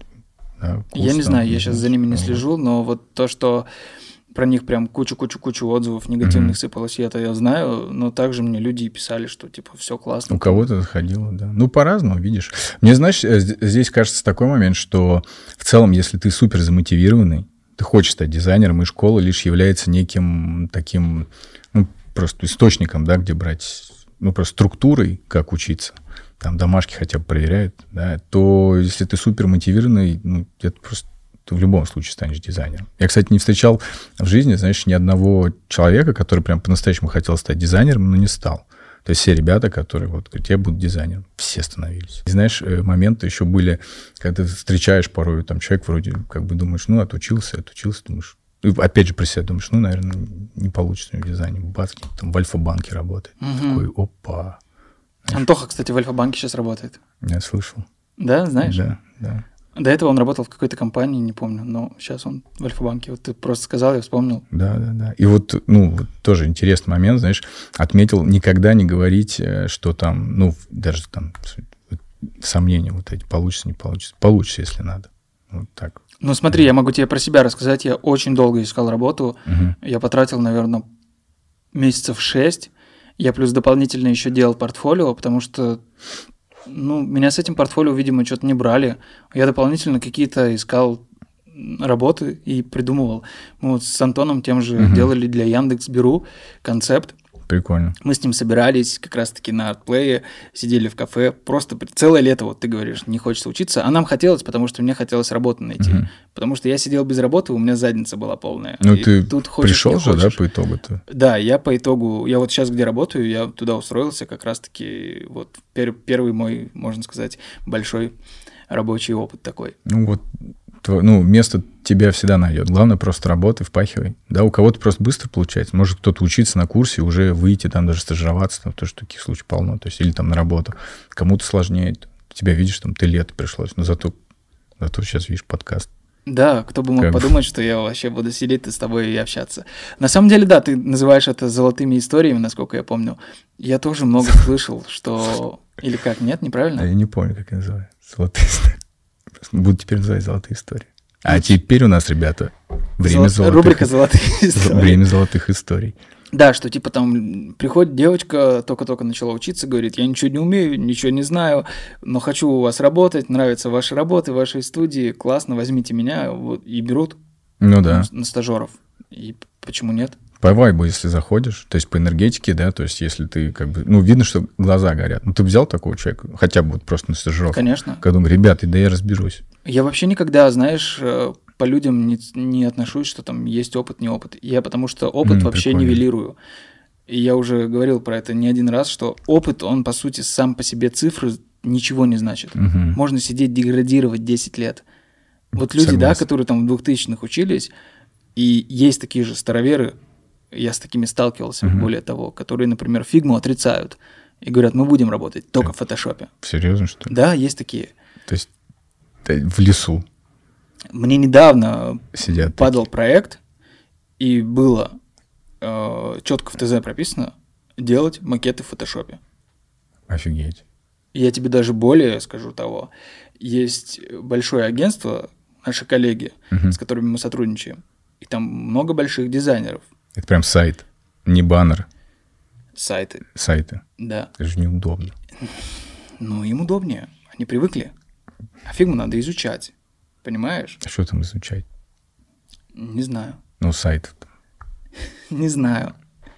Speaker 1: Я не знаю, я сейчас за ними не слежу, но вот то, что про них прям кучу отзывов негативных сыпалось, я знаю, но также мне люди писали, что все классно.
Speaker 2: У кого-то заходило, да. По-разному, видишь. Мне, знаешь, здесь кажется такой момент, что в целом, если ты супер замотивированный, ты хочешь стать дизайнером, и школа лишь является неким таким, просто источником, да, где брать, просто структурой, как учиться, там домашки хотя бы проверяют, да, то если ты супер мотивированный, это просто ты в любом случае станешь дизайнером. Я, кстати, не встречал в жизни, знаешь, ни одного человека, который прям по-настоящему хотел стать дизайнером, но не стал. То есть все ребята, которые говорят, я буду дизайнером, все становились. И знаешь, моменты еще были, когда ты встречаешь порой, там человек вроде думаешь, отучился, думаешь, и опять же про себя думаешь, наверное, не получится в дизайне. Бац, там в Альфа-банке работает. Такой, опа.
Speaker 1: Знаешь? Антоха, кстати, в Альфа-банке сейчас работает.
Speaker 2: Я слышал.
Speaker 1: Да, знаешь?
Speaker 2: Да.
Speaker 1: До этого он работал в какой-то компании, не помню, но сейчас он в Альфа-банке. Вот ты просто сказал, я вспомнил. Да.
Speaker 2: И вот тоже интересный момент, знаешь, отметил никогда не говорить, что там, даже там сомнения эти, получится, не получится. Получится, если надо. Вот так.
Speaker 1: Смотри, я могу тебе про себя рассказать. Я очень долго искал работу. Я потратил, наверное, месяцев 6. Я плюс дополнительно еще делал портфолио, потому что меня с этим портфолио, видимо, что-то не брали. Я дополнительно какие-то искал работы и придумывал. Мы с Антоном тем же делали для Яндекс.Биру концепт.
Speaker 2: Прикольно.
Speaker 1: Мы с ним собирались как раз-таки на артплее, сидели в кафе. Просто целое лето, ты говоришь, не хочется учиться. А нам хотелось, потому что мне хотелось работу найти. Потому что я сидел без работы, у меня задница была полная.
Speaker 2: Ты тут пришел же, да, по итогу-то?
Speaker 1: Да, я по итогу, я вот сейчас где работаю, я туда устроился как раз-таки первый мой, можно сказать, большой рабочий опыт такой.
Speaker 2: Место тебя всегда найдет. Главное, просто работай, впахивай. Да, у кого-то просто быстро получается. Может кто-то учиться на курсе, уже выйти, там даже стажироваться, потому что таких случаев полно. То есть, или там на работу. Кому-то сложнее. Тебя видишь, там, ты лето пришлось. Но зато сейчас видишь подкаст.
Speaker 1: Да, кто бы мог подумать, что я вообще буду сидеть с тобой и общаться. На самом деле, да, ты называешь это золотыми историями, насколько я помню. Я тоже много слышал, что... Или как, нет, неправильно?
Speaker 2: Я не помню, как я называю. Золотые истории. Буду теперь называть золотые истории. А теперь у нас, ребята, время золотых...
Speaker 1: Рубрика «Золотые истории».
Speaker 2: Время золотых историй.
Speaker 1: Да, что типа там приходит девочка, только-только начала учиться, говорит, я ничего не умею, ничего не знаю, но хочу у вас работать, нравятся ваши работы, ваши студии, классно, возьмите меня, вот, и берут на стажеров. И почему нет?
Speaker 2: По вайбу, если заходишь, то есть по энергетике, да, то есть если ты как бы, ну, видно, что глаза горят. Ну, ты взял такого человека, хотя бы вот просто на стажировку.
Speaker 1: Конечно.
Speaker 2: Когда он говорит, ребята, да я разберусь.
Speaker 1: Я вообще никогда, знаешь, по людям не отношусь, что там есть опыт, не опыт. Я потому что опыт вообще нивелирую. И я уже говорил про это не один раз, что опыт, он по сути сам по себе цифры ничего не значит. Можно сидеть деградировать 10 лет. Вот люди, да, которые там в 2000-х учились, и есть такие же староверы, я с такими сталкивался, более того, которые, например, фигму отрицают и говорят, мы будем работать только в фотошопе.
Speaker 2: Серьезно, что ли?
Speaker 1: Да, есть такие.
Speaker 2: То есть в лесу.
Speaker 1: Мне недавно
Speaker 2: сидят
Speaker 1: падал проект, и было четко в ТЗ прописано делать макеты в фотошопе.
Speaker 2: Офигеть.
Speaker 1: Я тебе даже более скажу того. Есть большое агентство, наши коллеги, с которыми мы сотрудничаем, и там много больших дизайнеров.
Speaker 2: Это прям сайт, не баннер.
Speaker 1: Сайты. Да.
Speaker 2: Это же неудобно.
Speaker 1: Ну, им удобнее. Они привыкли. А фигму надо изучать. Понимаешь?
Speaker 2: А что там изучать?
Speaker 1: Не знаю.
Speaker 2: Ну, сайт.
Speaker 1: Не знаю.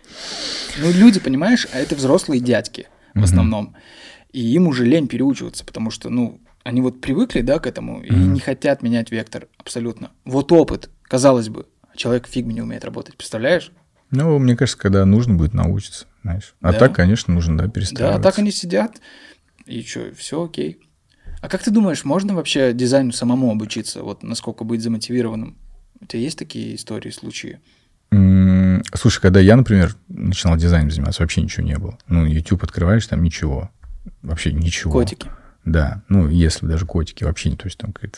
Speaker 1: Ну, люди, понимаешь, а это взрослые дядьки в основном. И им уже лень переучиваться, потому что, ну, они вот привыкли, да, к этому и не хотят менять вектор абсолютно. Вот опыт, казалось бы, человек в фигме не умеет работать, представляешь?
Speaker 2: Ну, мне кажется, когда нужно будет научиться, знаешь. А так, конечно, нужно, да, перестраиваться.
Speaker 1: Да, так они сидят, и что, все окей. А как ты думаешь, можно вообще дизайну самому обучиться? Вот насколько быть замотивированным? У тебя есть такие истории, случаи?
Speaker 2: Слушай, когда я, например, начинал дизайном заниматься, вообще ничего не было. Ну, YouTube открываешь, там ничего. Вообще ничего.
Speaker 1: Котики.
Speaker 2: Да, ну, если даже котики, вообще не, то есть там какая-то...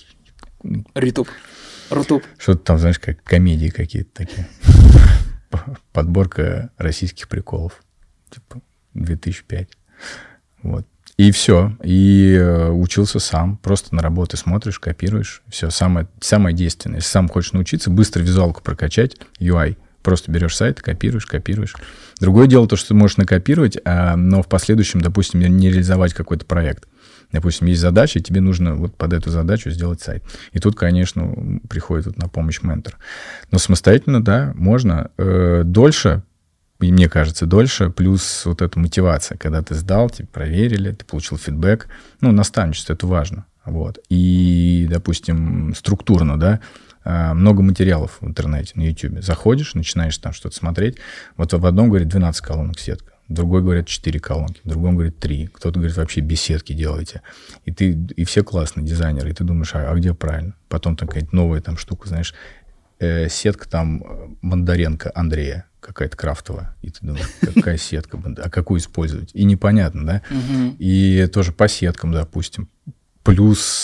Speaker 1: Рутуб.
Speaker 2: Что-то там, знаешь, как комедии какие-то такие. Подборка российских приколов. Типа 2005. Вот. И все. И учился сам. Просто на работе смотришь, копируешь. Все. Самое действенное. Если сам хочешь научиться, быстро визуалку прокачать, UI. Просто берешь сайт, копируешь. Другое дело то, что ты можешь накопировать, но в последующем, допустим, не реализовать какой-то проект. Допустим, есть задача, и тебе нужно вот под эту задачу сделать сайт. И тут, конечно, приходит вот на помощь ментор. Но самостоятельно, да, можно. Дольше, и мне кажется, дольше, плюс вот эта мотивация, когда ты сдал, тебе проверили, ты получил фидбэк. Ну, наставничество, это важно. Вот. И, допустим, структурно, да, много материалов в интернете, на YouTube. Заходишь, начинаешь там что-то смотреть. Вот в одном, говорит, 12 колонок сетка. Другой говорит 4 колонки, в другом говорит 3. Кто-то говорит, вообще без сетки делайте. И все классные дизайнеры. И ты думаешь, а где правильно? Потом там какая-то новая там штука, знаешь, сетка там Бондаренко Андрея, какая-то крафтовая. И ты думаешь, какая сетка, а какую использовать? И непонятно, да? И тоже по сеткам, допустим. Плюс,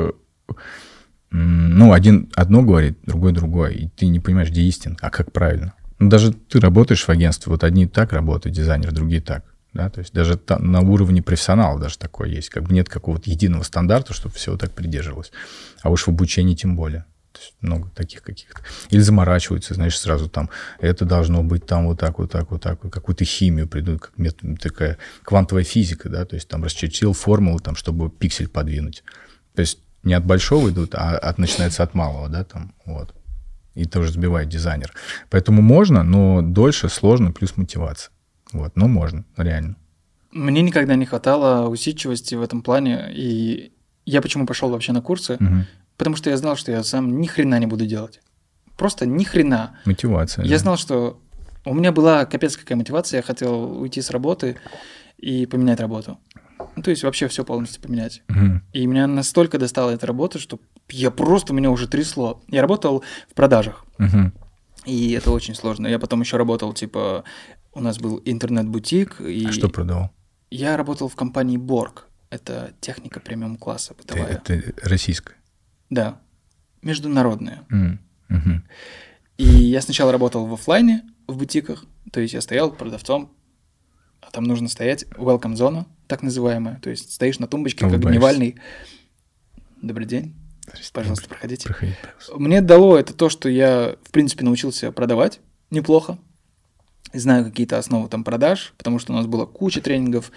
Speaker 2: ну, одно говорит, другое. И ты не понимаешь, где истина, а как правильно. Ну, даже ты работаешь в агентстве, вот одни так работают, дизайнеры, другие так. Да? То есть даже на уровне профессионалов даже такое есть. Как бы нет какого-то единого стандарта, чтобы все так придерживалось. А уж в обучении тем более. То есть много таких каких-то. Или заморачиваются, знаешь, сразу там, это должно быть там вот так. Какую-то химию придут, как такая квантовая физика, да, то есть там расчертил формулу, там, чтобы пиксель подвинуть. То есть не от большого идут, а начинается от малого, да, там, вот. И тоже сбивает дизайнер. Поэтому можно, но дольше, сложно, плюс мотивация. Вот, но можно, реально.
Speaker 1: Мне никогда не хватало усидчивости в этом плане, и я почему пошел вообще на курсы? Потому что я знал, что я сам ни хрена не буду делать. Просто ни хрена.
Speaker 2: Мотивация.
Speaker 1: Я знал, что у меня была капец какая мотивация, я хотел уйти с работы и поменять работу. Ну, то есть вообще все полностью поменять. И меня настолько достала эта работа, что меня уже трясло. Я работал в продажах. И это очень сложно. Я потом еще работал, типа, у нас был интернет-бутик.
Speaker 2: А что продавал?
Speaker 1: Я работал в компании Borg. Это техника премиум-класса бытовая.
Speaker 2: Это российская?
Speaker 1: Да. международные. И я сначала работал в офлайне, в бутиках, то есть я стоял продавцом, а там нужно стоять welcome зона, так называемая, то есть стоишь на тумбочке, как дневальный. Добрый день, пожалуйста, проходите. Мне дало это то, что я, в принципе, научился продавать неплохо, знаю какие-то основы там продаж, потому что у нас была куча тренингов,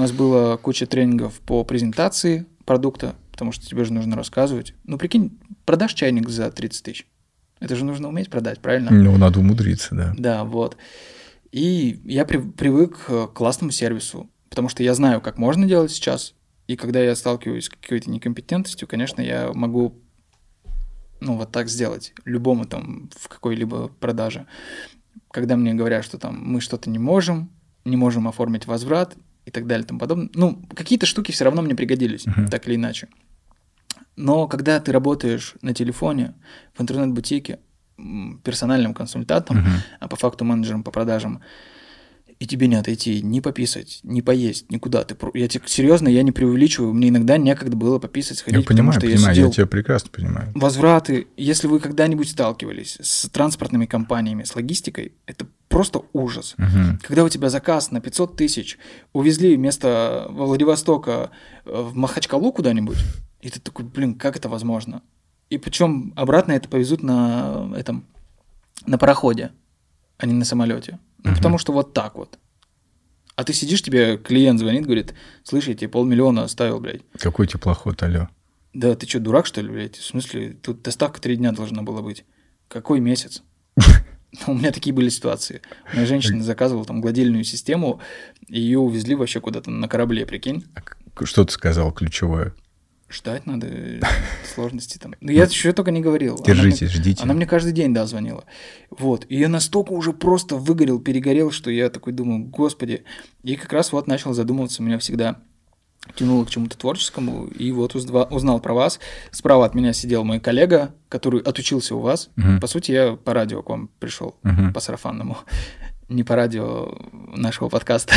Speaker 1: по презентации продукта, потому что тебе же нужно рассказывать. Ну, прикинь, продашь чайник за 30 тысяч. Это же нужно уметь продать, правильно?
Speaker 2: Ну, надо умудриться, да.
Speaker 1: Да, вот. И я привык к классному сервису, потому что я знаю, как можно делать сейчас, и когда я сталкиваюсь с какой-то некомпетентностью, конечно, я могу, вот так сделать любому там в какой-либо продаже. Когда мне говорят, что там мы что-то не можем оформить возврат и так далее и тому подобное, какие-то штуки все равно мне пригодились, так или иначе. Но когда ты работаешь на телефоне, в интернет-бутике, персональным консультантом, а по факту менеджером по продажам, и тебе не отойти, не пописать, не поесть, никуда. Серьезно, я не преувеличиваю, мне иногда некогда было пописать, сходить,
Speaker 2: потому что
Speaker 1: я
Speaker 2: тебя прекрасно понимаю.
Speaker 1: Возвраты, если вы когда-нибудь сталкивались с транспортными компаниями, с логистикой, это просто ужас. Когда у тебя заказ на 500 тысяч, увезли вместо Владивостока в Махачкалу куда-нибудь, и ты такой, как это возможно? И причем обратно это повезут на пароходе, а не на самолете. Потому что вот так вот. А ты сидишь, тебе клиент звонит, говорит, слышь, я тебе 500 000 оставил, блядь.
Speaker 2: Какой теплоход, алло.
Speaker 1: Да, ты что, дурак, что ли, блядь? В смысле, тут доставка 3 дня должна была быть. Какой месяц? У меня такие были ситуации. У меня женщина заказывала там гладильную систему, и ее увезли вообще куда-то на корабле, прикинь.
Speaker 2: Что ты сказал ключевое?
Speaker 1: Ждать надо, сложности там. Я еще только не говорил.
Speaker 2: Держитесь, ждите.
Speaker 1: Она мне каждый день, звонила. Вот. И я настолько уже просто выгорел, перегорел, что я такой думаю, господи. И как раз начал задумываться, меня всегда тянуло к чему-то творческому, и узнал про вас. Справа от меня сидел мой коллега, который отучился у вас. По сути, я по радио к вам пришел, по сарафанному. Не по радио нашего подкаста.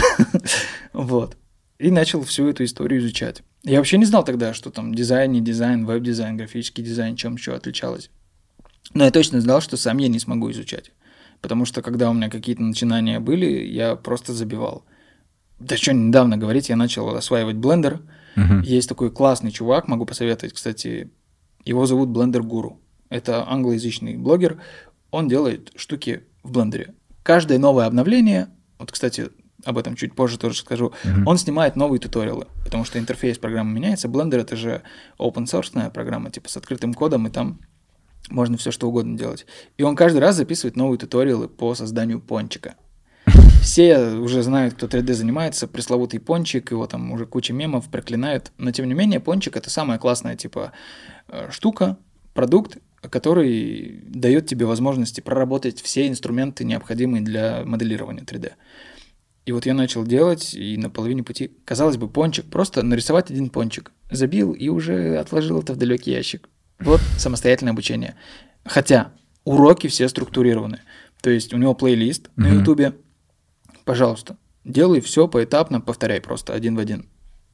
Speaker 1: Вот. И начал всю эту историю изучать. Я вообще не знал тогда, что там дизайн, не дизайн, веб-дизайн, графический дизайн, чем еще отличалось. Но я точно знал, что сам я не смогу изучать. Потому что когда у меня какие-то начинания были, я просто забивал. Да что недавно говорить, я начал осваивать Blender. Есть такой классный чувак, могу посоветовать, кстати, его зовут Blender Guru. Это англоязычный блогер, он делает штуки в Blender. Каждое новое обновление, кстати, об этом чуть позже тоже скажу, он снимает новые туториалы, потому что интерфейс программы меняется. Blender — это же open-source программа, типа с открытым кодом, и там можно все что угодно делать. И он каждый раз записывает новые туториалы по созданию пончика. Все уже знают, кто 3D занимается, пресловутый пончик, его там уже куча мемов проклинают, но тем не менее пончик — это самая классная штука, продукт, который дает тебе возможности проработать все инструменты, необходимые для моделирования 3D. И я начал делать, и на половине пути, казалось бы, пончик, просто нарисовать один пончик. Забил и уже отложил это в далекий ящик. Вот самостоятельное обучение. Хотя уроки все структурированы. То есть у него плейлист на Ютубе. Пожалуйста, делай все поэтапно, повторяй просто один в один.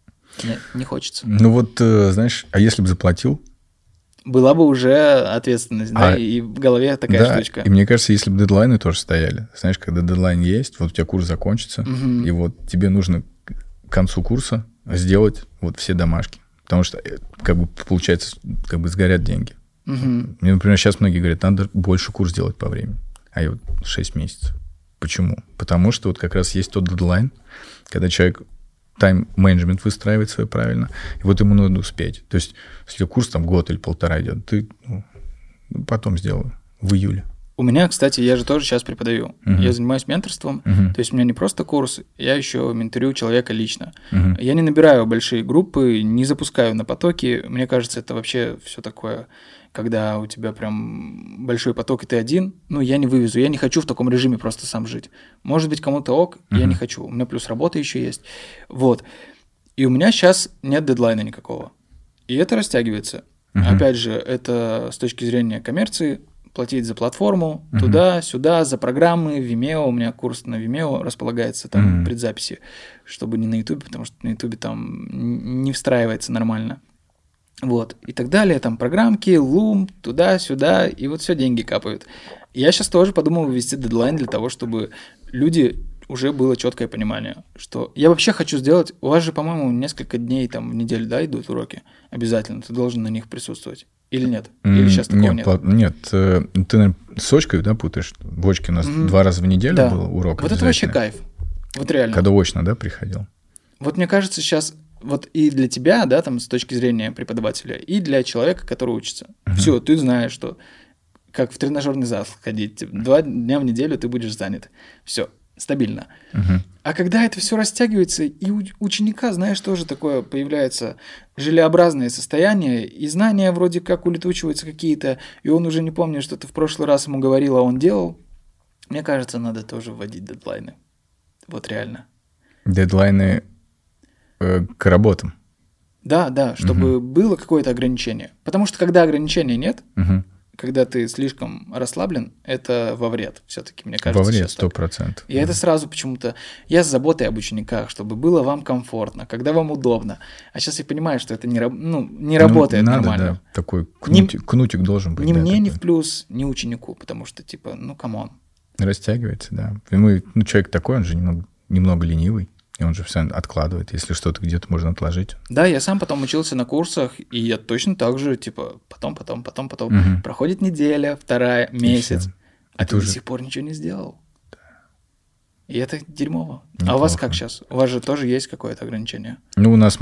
Speaker 1: Не хочется.
Speaker 2: Знаешь, а если бы заплатил?
Speaker 1: Была бы уже ответственность, и в голове такая штучка.
Speaker 2: И мне кажется, если бы дедлайны тоже стояли. Знаешь, когда дедлайн есть, у тебя курс закончится, и тебе нужно к концу курса сделать все домашки. Потому что, получается, сгорят деньги. Мне, например, сейчас многие говорят, надо больше курс делать по времени. А я 6 месяцев. Почему? Потому что как раз есть тот дедлайн, когда человек тайм-менеджмент выстраивает свой правильно, и ему надо успеть. То есть, если курс год или 1,5 идет, ты потом сделаю, в июле.
Speaker 1: У меня, кстати, я же тоже сейчас преподаю. Я занимаюсь менторством, то есть у меня не просто курс, я еще менторю человека лично. Я не набираю большие группы, не запускаю на потоки. Мне кажется, это вообще все такое, когда у тебя прям большой поток, и ты один. Я не вывезу, я не хочу в таком режиме просто сам жить. Может быть, кому-то ок, я не хочу. У меня плюс работа еще есть. Вот. И у меня сейчас нет дедлайна никакого. И это растягивается. Опять же, это с точки зрения коммерции, платить за платформу, туда-сюда, за программы, Vimeo. У меня курс на Vimeo располагается там предзаписи, чтобы не на YouTube, потому что на YouTube там не встраивается нормально. Вот, и так далее, там программки, Loom, туда-сюда, и вот все деньги капают. Я сейчас тоже подумал ввести дедлайн для того, чтобы люди уже было четкое понимание, что я вообще хочу сделать, у вас же, по-моему, несколько дней там в неделю, да, идут уроки, обязательно, ты должен на них присутствовать, или нет? Или сейчас такого нет?
Speaker 2: Нет, ты, наверное, с очкой, да, путаешь? В очке у нас 2 раза в неделю был урок.
Speaker 1: Вот это вообще кайф, вот реально.
Speaker 2: Когда очно, да, приходил?
Speaker 1: Вот мне кажется, сейчас вот и для тебя, да, там, с точки зрения преподавателя, и для человека, который учится. Все, ты знаешь, что как в тренажерный зал ходить, 2 дня в неделю ты будешь занят. Все, стабильно. А когда это все растягивается, и у ученика, знаешь, тоже такое появляется желеобразное состояние, и знания вроде как улетучиваются какие-то, и он уже не помнит, что ты в прошлый раз ему говорил, а он делал. Мне кажется, надо тоже вводить дедлайны. Вот реально.
Speaker 2: Дедлайны к работам.
Speaker 1: Да, чтобы было какое-то ограничение. Потому что когда ограничения нет, когда ты слишком расслаблен, это во вред все-таки, мне кажется.
Speaker 2: Во вред, 100%.
Speaker 1: И это сразу почему-то... Я с заботой об учениках, чтобы было вам комфортно, когда вам удобно. А сейчас я понимаю, что это не работает
Speaker 2: надо,
Speaker 1: нормально.
Speaker 2: Да, такой кнутик должен быть.
Speaker 1: Ни
Speaker 2: да,
Speaker 1: мне,
Speaker 2: такой.
Speaker 1: ни в плюс, ни ученику, потому что, типа, камон.
Speaker 2: Растягивается, да. И человек такой, он же немного ленивый. И он же все откладывает, если что-то где-то можно отложить.
Speaker 1: Да, я сам потом учился на курсах, и я точно так же, типа, потом. Проходит неделя, 2, месяц, а ты до сих пор ничего не сделал. Да. И это дерьмово. Неплохо. А у вас как сейчас? У вас же тоже есть какое-то ограничение?
Speaker 2: У нас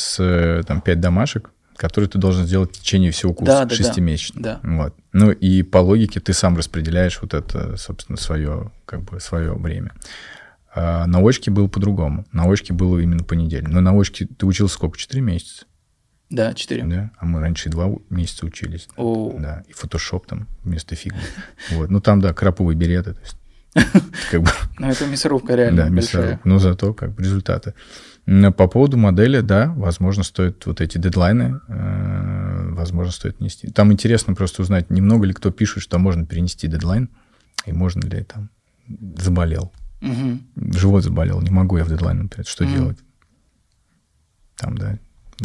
Speaker 2: 5 домашек, которые ты должен сделать в течение всего курса 6-месячного.
Speaker 1: Да.
Speaker 2: Вот. И по логике ты сам распределяешь вот это, собственно, свое время. А на очке было по-другому. На очке было именно по неделе. Но на очке ты учился сколько? 4 месяца?
Speaker 1: Да, 4.
Speaker 2: Да? А мы раньше 2 месяца учились.
Speaker 1: О.
Speaker 2: Да. И фотошоп там вместо фигмы. Вот. Там, да, краповые береты.
Speaker 1: Это мясорубка реально большая.
Speaker 2: Но зато результаты. По поводу модели, да, возможно, стоит вот эти дедлайны, возможно, стоит нести. Там интересно просто узнать, немного ли кто пишет, что можно перенести дедлайн, и можно ли там заболел. Живот заболел, не могу я в дедлайн, например, что делать? Там, да.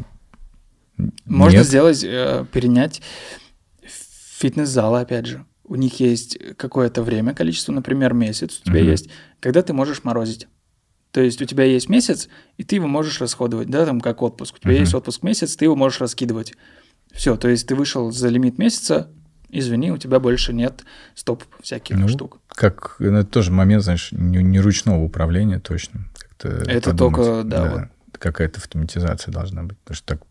Speaker 1: Можно сделать, перенять фитнес-залы, опять же. У них есть какое-то время, количество, например, месяц у тебя есть, когда ты можешь морозить. То есть у тебя есть месяц, и ты его можешь расходовать, да, там как отпуск. У тебя есть отпуск месяц, ты его можешь раскидывать. Все, то есть ты вышел за лимит месяца, извини, у тебя больше нет стоп всяких штук.
Speaker 2: Это тоже момент, знаешь, не ручного управления точно.
Speaker 1: Это только, да.
Speaker 2: Какая-то автоматизация должна быть. Потому что так...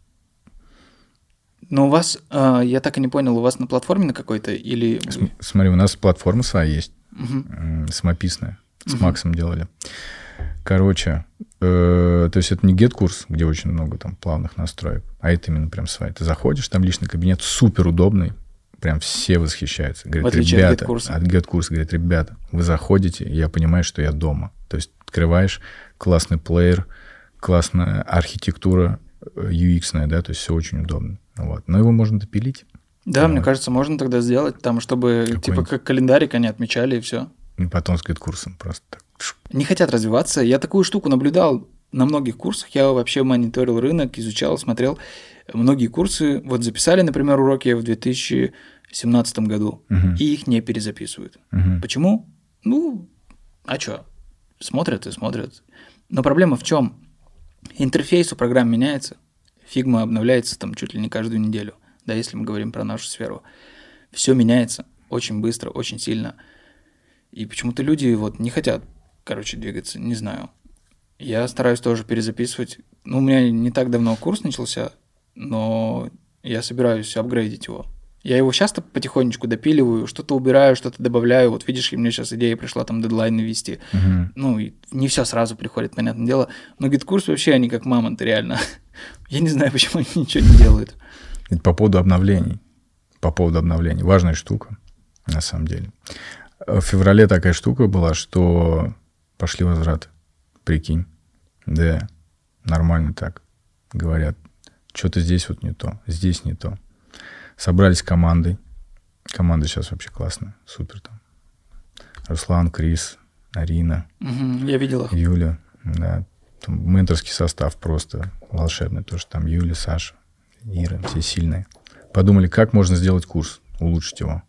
Speaker 1: Но у вас, я так и не понял, у вас на платформе на какой-то или...
Speaker 2: Смотри, у нас платформа своя есть, самописная, с Максом делали. Короче, то есть это не GetCourse, где очень много там плавных настроек, а это именно прям своя. Ты заходишь, там личный кабинет супер удобный, прям все восхищаются. Говорят, ребята, от GetCourse, говорят, ребята, вы заходите, и я понимаю, что я дома. То есть открываешь, классный плеер, классная архитектура UX-ная, да, то есть все очень удобно. Вот. Но его можно допилить.
Speaker 1: Да, мне кажется, можно тогда сделать, там, чтобы типа как календарик они отмечали, и все.
Speaker 2: И потом с GetCourse просто так.
Speaker 1: Не хотят развиваться. Я такую штуку наблюдал на многих курсах. Я вообще мониторил рынок, изучал, смотрел. Многие курсы вот записали, например, уроки в 2017 году, и их не перезаписывают. Почему? А что? Смотрят и смотрят. Но проблема в чем? Интерфейс у программ меняется. Фигма обновляется там чуть ли не каждую неделю, да, если мы говорим про нашу сферу. Все меняется очень быстро, очень сильно. И почему-то люди вот не хотят, двигаться, не знаю. Я стараюсь тоже перезаписывать. У меня не так давно курс начался, но я собираюсь апгрейдить его. Я его часто потихонечку допиливаю, что-то убираю, что-то добавляю. Вот видишь, мне сейчас идея пришла там дедлайны ввести. И не все сразу приходит, понятное дело. Но GetCourse вообще они как мамонты, реально. Я не знаю, почему они ничего не делают.
Speaker 2: По поводу обновлений. Важная штука, на самом деле. В феврале такая штука была, что пошли возвраты. Прикинь. Да, нормально так. Говорят, что-то здесь вот не то, здесь не то. Собрались командой. Команда сейчас вообще классная, супер там. Руслан, Крис, Арина.
Speaker 1: Я видел их.
Speaker 2: Юля, да. Там менторский состав просто волшебный. Тоже там Юля, Саша. Ира, все сильные. Подумали, как можно сделать курс, улучшить его.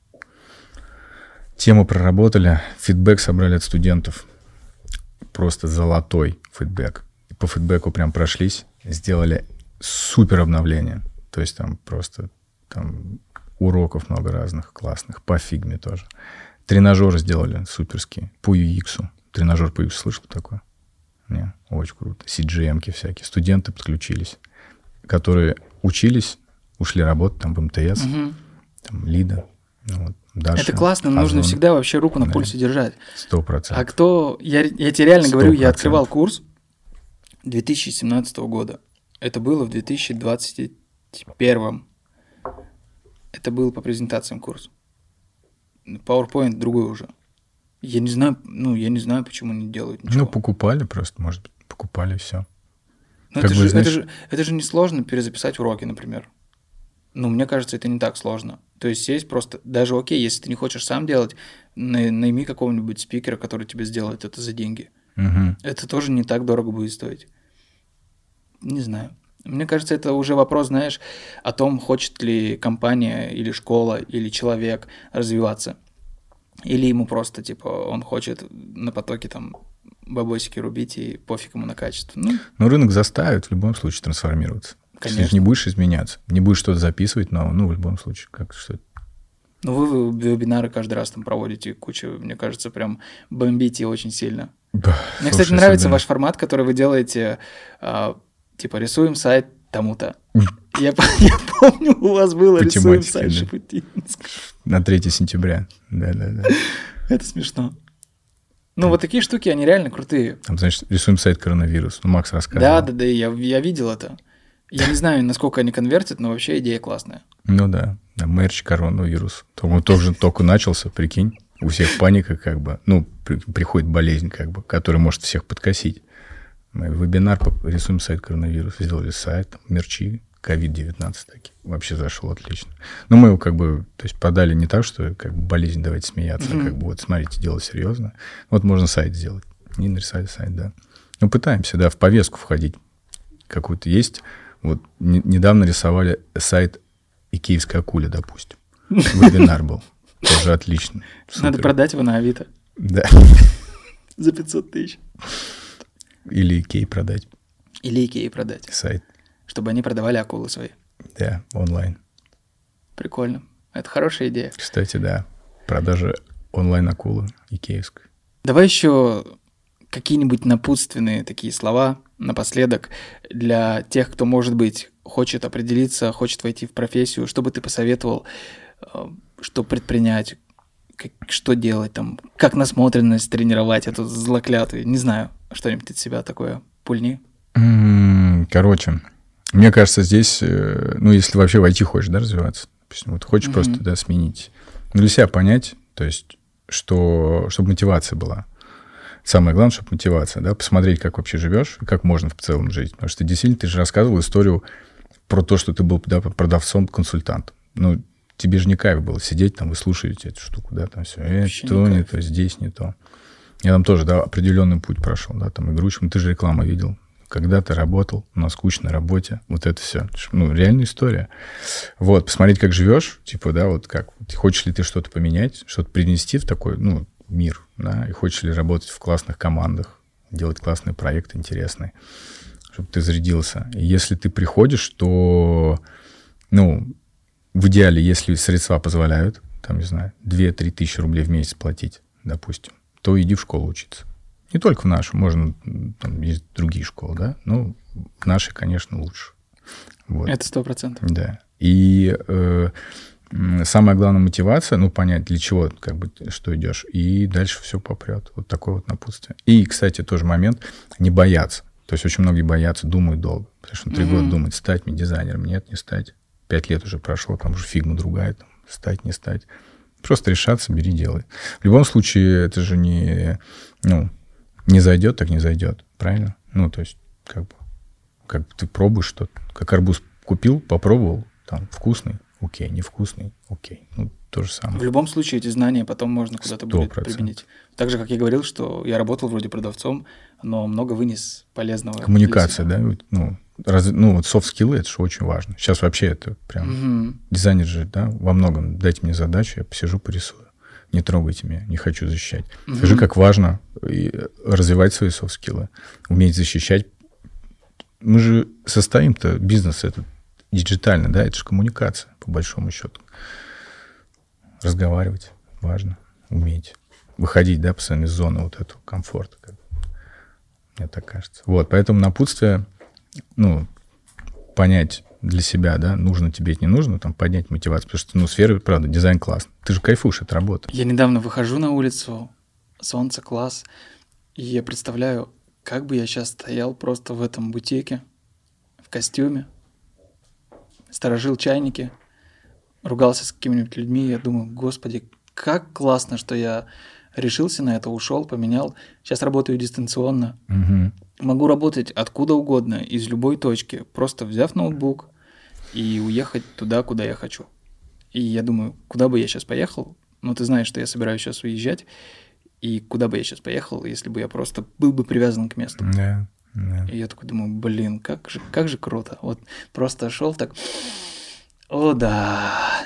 Speaker 2: Тему проработали, фидбэк собрали от студентов. Просто золотой фидбэк. И по фидбэку прям прошлись, сделали супер обновление. То есть там просто там уроков много разных, классных. По фигме тоже. Тренажеры сделали суперские. По UX. Тренажер по UX слышал такое? Не, очень круто. CGM-ки всякие. Студенты подключились, которые учились, ушли работать там в МТС, там Лида. Вот, Даша,
Speaker 1: это классно, но нужно всегда вообще руку на пульсе держать.
Speaker 2: 100%.
Speaker 1: А кто... Я тебе реально говорю, я открывал курс 2017 года. Это было в 2021. Это был по презентациям курс. PowerPoint другой уже. Я не знаю, почему не делают ничего.
Speaker 2: Ну, покупали просто, может быть, покупали все.
Speaker 1: Это же не сложно перезаписать уроки, например. Мне кажется, это не так сложно. То есть сесть просто, даже окей, если ты не хочешь сам делать, найми какого-нибудь спикера, который тебе сделает это за деньги. Это тоже не так дорого будет стоить. Не знаю. Мне кажется, это уже вопрос, знаешь, о том, хочет ли компания или школа или человек развиваться. Или ему просто, он хочет на потоке там бабосики рубить и пофиг ему на качество.
Speaker 2: Но рынок заставит в любом случае трансформироваться.
Speaker 1: Конечно.
Speaker 2: Если не будешь изменяться, не будешь что-то записывать, но в любом случае, что-то.
Speaker 1: Вы вебинары каждый раз там проводите кучу, мне кажется, прям бомбите очень сильно. Мне, кстати, нравится ваш формат, который вы делаете, рисуем сайт тому-то. Я помню, у вас было рисуем сайт Шепетинск.
Speaker 2: На 3 сентября, да.
Speaker 1: Это смешно. Вот такие штуки, они реально крутые.
Speaker 2: Там, значит, рисуем сайт коронавирус. Макс рассказывал.
Speaker 1: Да, я видел это. Я не знаю, насколько они конвертят, но вообще идея классная.
Speaker 2: Да, мерч коронавирус. Он только начался, прикинь. У всех паника приходит болезнь которая может всех подкосить. Мы вебинар рисуем сайт коронавирус, сделали сайт, мерчи, COVID-19 такие. Вообще зашел отлично. Но мы его то есть подали не так, что болезнь, давайте смеяться, смотрите, дело серьезно. Можно сайт сделать. И нарисовали сайт, да. Пытаемся, в повестку входить. Какой-то есть. Недавно рисовали сайт «Икеевская акуля», допустим. Вебинар был. Тоже отлично. Супер.
Speaker 1: Надо продать его на Авито.
Speaker 2: Да.
Speaker 1: За 500 тысяч.
Speaker 2: Или Икеи продать.
Speaker 1: Сайт. Чтобы они продавали акулы свои.
Speaker 2: Да, онлайн.
Speaker 1: Прикольно. Это хорошая идея.
Speaker 2: Кстати, да. Продажа онлайн-акулы икеевской.
Speaker 1: Давай еще какие-нибудь напутственные такие слова напоследок для тех, кто, может быть, хочет определиться, хочет войти в профессию. Что бы ты посоветовал, что предпринять, что делать, как насмотренность тренировать, эту злоклятую, не знаю, что-нибудь от себя такое пульни?
Speaker 2: Короче, мне кажется, здесь, если вообще в IT хочешь, развиваться, допустим, хочешь просто, сменить, для себя понять, то есть, чтобы мотивация была. Самое главное, чтобы мотивация, посмотреть, как вообще живешь, и как можно в целом жить. Потому что действительно, ты же рассказывал историю про то, что ты был продавцом, консультантом. Тебе же не кайф было сидеть вы слушаете эту штуку, там все, не то, здесь не то. Я там тоже, определенный путь прошел, игрушечным. Ты же рекламу видел. Когда ты работал на скучной работе, это все. Реальная история. Посмотреть, как живешь, хочешь ли ты что-то поменять, что-то принести в такой, мир, и хочешь ли работать в классных командах, делать классные проекты интересные, чтобы ты зарядился. И если ты приходишь, то, в идеале, если средства позволяют, 2-3 тысячи рублей в месяц платить, допустим, то иди в школу учиться. Не только в нашу, можно, есть другие школы, но в нашей, конечно, лучше.
Speaker 1: Это 100%.
Speaker 2: Да. И самая главная мотивация, понять, для чего, что идешь, и дальше все попрет. Такое напутствие. И, кстати, тоже момент, не бояться. То есть очень многие боятся, думают долго. Потому что 3 года думают, стать мне дизайнером, нет, не стать. 5 лет уже прошло, там уже фигма другая, стать, не стать. Просто решаться, бери, делай. В любом случае, это же не зайдет, так не зайдет. Правильно? То есть, ты пробуешь что-то. Как арбуз купил, попробовал, вкусный, окей, невкусный, окей. То же самое.
Speaker 1: В любом случае, эти знания потом можно куда-то будет применить. Так же, как я говорил, что я работал вроде продавцом, но много вынес полезного.
Speaker 2: Коммуникация, да? вот софт-скиллы, это же очень важно. Сейчас вообще это прям... Дизайнер же, да, во многом. Дайте мне задачу, я посижу, порисую. Не трогайте меня, не хочу защищать. Скажи, как важно развивать свои софт-скиллы, уметь защищать. Мы же состоим-то, бизнес этот диджитально, да, это же коммуникация, по большому счету. Разговаривать важно, уметь. Выходить, да, постоянно из зоны вот этого комфорта. Мне так кажется. Вот, поэтому напутствие, понять для себя, да, нужно тебе это, не нужно, там, поднять мотивацию, потому что, сфера, правда, дизайн класс. Ты же кайфуешь от работы.
Speaker 1: Я недавно выхожу на улицу, солнце класс, и я представляю, как бы я сейчас стоял просто в этом бутике, в костюме, сторожил чайники, ругался с какими-нибудь людьми, я думаю, господи, как классно, что я решился на это, ушел, поменял. Сейчас работаю дистанционно. Могу работать откуда угодно, из любой точки, просто взяв ноутбук и уехать туда, куда я хочу. И я думаю, куда бы я сейчас поехал? Ты знаешь, что я собираюсь сейчас уезжать, и куда бы я сейчас поехал, если бы я просто был бы привязан к месту.
Speaker 2: Yeah.
Speaker 1: И я такой думаю, блин, как же круто. Вот просто шел так... О, да.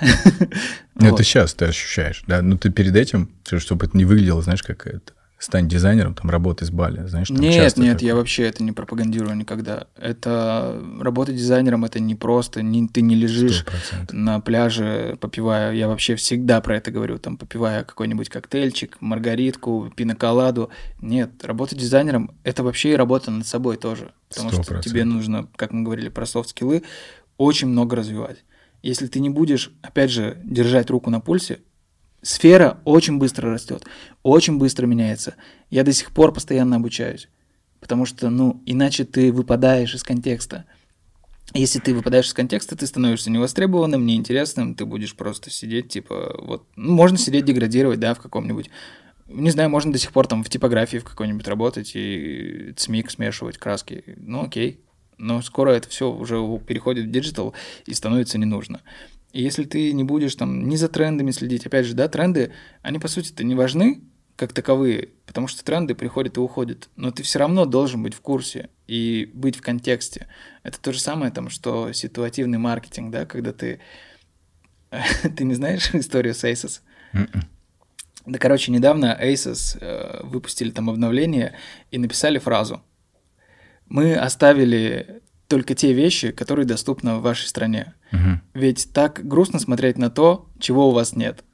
Speaker 2: Это сейчас ты ощущаешь, да? Ты перед этим, чтобы это не выглядело, знаешь, как это, стань дизайнером, там, работай с Бали, знаешь, там
Speaker 1: Нет, я вообще это не пропагандирую никогда. Это работать дизайнером, это не просто, ты не лежишь
Speaker 2: 100%.
Speaker 1: На пляже, попивая, я вообще всегда про это говорю, там, попивая какой-нибудь коктейльчик, маргаритку, пиноколаду. Нет, работать дизайнером – это вообще и работа над собой тоже. Потому
Speaker 2: 100%.
Speaker 1: что тебе нужно, как мы говорили про софт-скиллы, очень много развивать. Если ты не будешь, опять же, держать руку на пульсе, сфера очень быстро растет, очень быстро меняется. Я до сих пор постоянно обучаюсь, потому что, иначе ты выпадаешь из контекста. Если ты выпадаешь из контекста, ты становишься невостребованным, неинтересным, ты будешь просто сидеть, можно сидеть, деградировать, да, в каком-нибудь, не знаю, можно до сих пор там в типографии в какой-нибудь работать и цмик смешивать краски, окей. Но скоро это все уже переходит в диджитал и становится не нужно. И если ты не будешь там ни за трендами следить, опять же, да, тренды, они по сути-то не важны как таковые, потому что тренды приходят и уходят, но ты все равно должен быть в курсе и быть в контексте. Это то же самое, там, что ситуативный маркетинг, да, когда ты не знаешь историю с Asos? Да, короче, недавно Asos выпустили там обновление и написали фразу: мы оставили только те вещи, которые доступны в вашей стране. Ведь так грустно смотреть на то, чего у вас нет.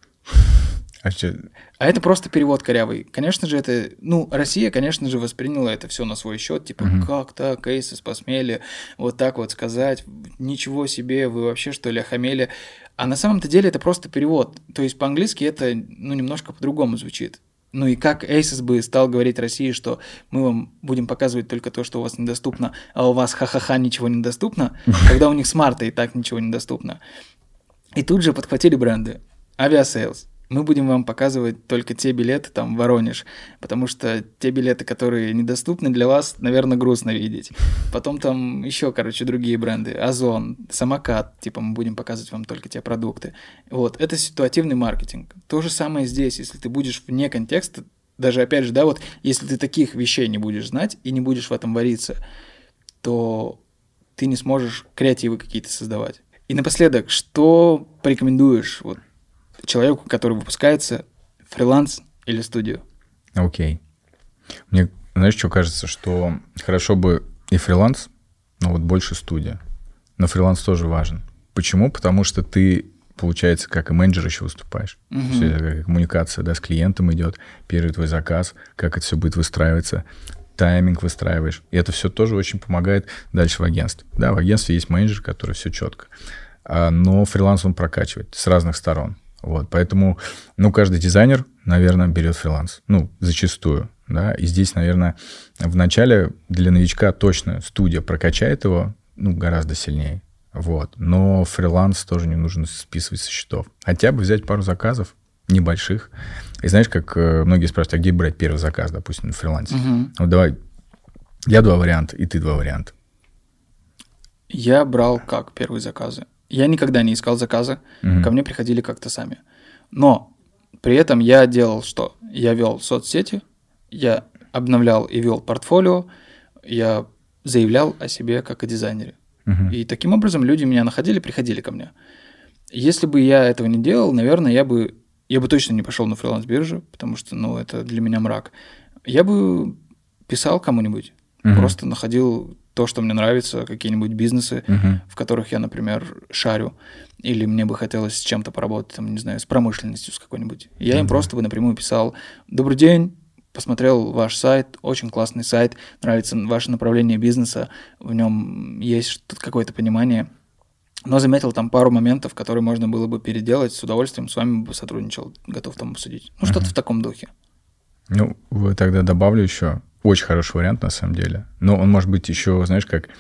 Speaker 1: А это просто перевод корявый. Конечно же, это... Россия, конечно же, восприняла это все на свой счет. Как так, Asos посмели вот так вот сказать? Ничего себе, вы вообще, что ли, охамели? А на самом-то деле это просто перевод. То есть по-английски это, немножко по-другому звучит. И как Asos бы стал говорить России, что мы вам будем показывать только то, что у вас недоступно, а у вас ха-ха-ха ничего недоступно, когда у них с марта и так ничего недоступно. И тут же подхватили бренды. Aviasales. Мы будем вам показывать только те билеты там в Воронеж, потому что те билеты, которые недоступны для вас, наверное, грустно видеть. Потом там еще, другие бренды. Озон, Самокат, мы будем показывать вам только те продукты. Вот, это ситуативный маркетинг. То же самое здесь, если ты будешь вне контекста, даже опять же, да, вот, если ты таких вещей не будешь знать и не будешь в этом вариться, то ты не сможешь креативы какие-то создавать. И напоследок, что порекомендуешь человеку, который выпускается, фриланс или студию?
Speaker 2: Окей. Мне, знаешь, что кажется, что хорошо бы и фриланс, но больше студия. Но фриланс тоже важен. Почему? Потому что ты, получается, как и менеджер еще выступаешь. Все это как коммуникация, да, с клиентом идет, первый твой заказ, как это все будет выстраиваться, тайминг выстраиваешь. И это все тоже очень помогает дальше в агентстве. Да, в агентстве есть менеджер, который все четко. Но фриланс он прокачивает с разных сторон. Поэтому, каждый дизайнер, наверное, берет фриланс. Зачастую, да. И здесь, наверное, в начале для новичка точно студия прокачает его, гораздо сильнее. Но фриланс тоже не нужно списывать со счетов. Хотя бы взять пару заказов небольших. И знаешь, как многие спрашивают, а где брать первый заказ, допустим, на фрилансе? Давай, я 2 варианта, и ты 2 варианта.
Speaker 1: Я брал как первые заказы. Я никогда не искал заказы, ко мне приходили как-то сами. Но при этом я делал что? Я вел соцсети, я обновлял и вел портфолио, я заявлял о себе как о дизайнере. И таким образом люди меня находили, приходили ко мне. Если бы я этого не делал, наверное, я бы точно не пошел на фриланс-биржу, потому что, это для меня мрак. Я бы писал кому-нибудь, просто находил то, что мне нравится, какие-нибудь бизнесы, в которых я, например, шарю, или мне бы хотелось с чем-то поработать, там, не знаю, с промышленностью с какой-нибудь. Я им просто бы напрямую писал: «Добрый день, посмотрел ваш сайт, очень классный сайт, нравится ваше направление бизнеса, в нем есть какое-то понимание, но заметил там пару моментов, которые можно было бы переделать, с удовольствием с вами бы сотрудничал, готов там обсудить». Что-то в таком духе.
Speaker 2: Тогда добавлю еще. Очень хороший вариант, на самом деле. Но он может быть еще, знаешь, как...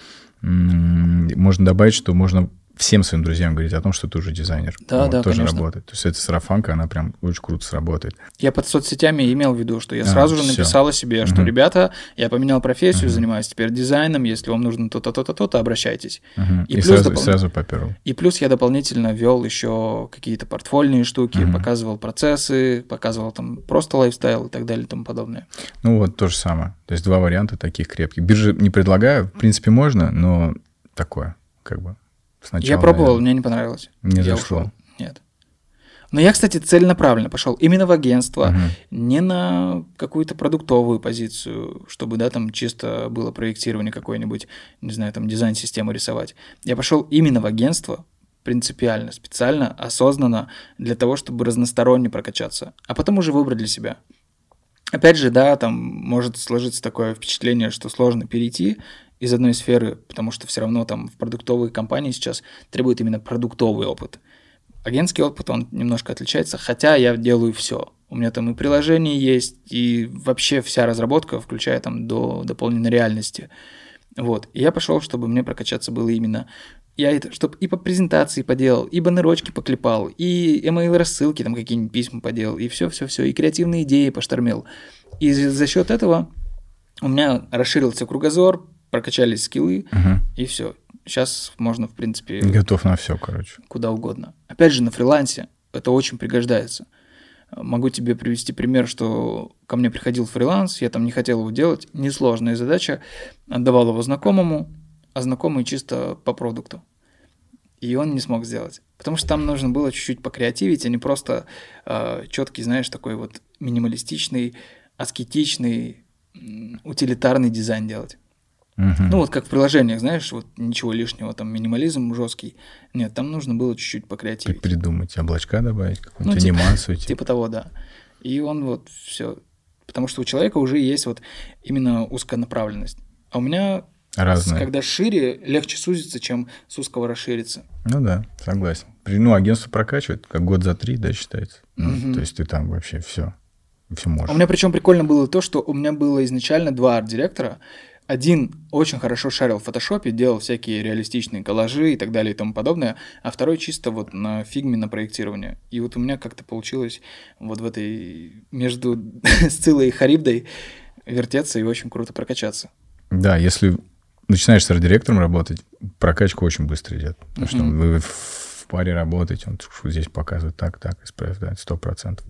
Speaker 2: Можно добавить, что можно всем своим друзьям говорить о том, что ты уже дизайнер.
Speaker 1: Да,
Speaker 2: тоже
Speaker 1: конечно.
Speaker 2: работает. То есть эта сарафанка, она прям очень круто сработает.
Speaker 1: Я под соцсетями имел в виду, что я сразу же написал о себе, что, ребята, я поменял профессию, занимаюсь теперь дизайном, если вам нужно то-то, то-то, то-то, обращайтесь.
Speaker 2: И сразу поперл.
Speaker 1: И плюс я дополнительно вел еще какие-то портфольные штуки, показывал процессы, показывал там просто лайфстайл и так далее и тому подобное.
Speaker 2: То же самое. То есть 2 варианта таких крепких. Биржи не предлагаю, в принципе, можно, но такое, как бы. Сначала,
Speaker 1: я пробовал, мне не понравилось.
Speaker 2: Не зашло.
Speaker 1: Ушел. Нет. Но я, кстати, целенаправленно пошел именно в агентство, не на какую-то продуктовую позицию, чтобы, там чисто было проектирование какое-нибудь, не знаю, там дизайн-систему рисовать. Я пошел именно в агентство, принципиально, специально, осознанно, для того, чтобы разносторонне прокачаться, а потом уже выбрать для себя. Опять же, там может сложиться такое впечатление, что сложно перейти из одной сферы, потому что все равно там в продуктовые компании сейчас требуют именно продуктовый опыт. Агентский опыт, он немножко отличается, хотя я делаю все. У меня там и приложение есть, и вообще вся разработка, включая там до дополненной реальности. И я пошел, чтобы мне прокачаться было именно... Я это, чтобы и по презентации поделал, и баннерочки поклепал, и email-рассылки, там какие-нибудь письма поделал, и все, и креативные идеи поштормил. И за счет этого у меня расширился кругозор, прокачались скиллы, и все. Сейчас можно, в принципе...
Speaker 2: Готов на все, короче.
Speaker 1: Куда угодно. Опять же, на фрилансе это очень пригождается. Могу тебе привести пример, что ко мне приходил фриланс, я там не хотел его делать, несложная задача, отдавал его знакомому, а знакомый чисто по продукту. И он не смог сделать. Потому что там нужно было чуть-чуть покреативить, а не просто четкий, знаешь, такой вот минималистичный, аскетичный, утилитарный дизайн делать. Как в приложениях, знаешь, ничего лишнего, там минимализм жесткий. Нет, там нужно было чуть-чуть покреативить.
Speaker 2: Как придумать, облачка добавить, какую-нибудь анимацию.
Speaker 1: Типа того, да. И он все. Потому что у человека уже есть именно узконаправленность. А у меня, когда шире, легче сузиться, чем с узкого расшириться.
Speaker 2: Да, согласен. Агентство прокачивает, как год за 3, считается. То есть ты там вообще все можешь.
Speaker 1: У меня причем прикольно было то, что у меня было изначально 2 арт-директора. Один очень хорошо шарил в фотошопе, делал всякие реалистичные коллажи и так далее и тому подобное, а второй чисто на фигме на проектирование. И у меня как-то получилось в этой между Сциллой и Харибдой вертеться и очень круто прокачаться.
Speaker 2: Да, если начинаешь с арт-директором работать, прокачка очень быстро идет. Потому что вы в паре работаете, он здесь показывает так, исправь, 100%.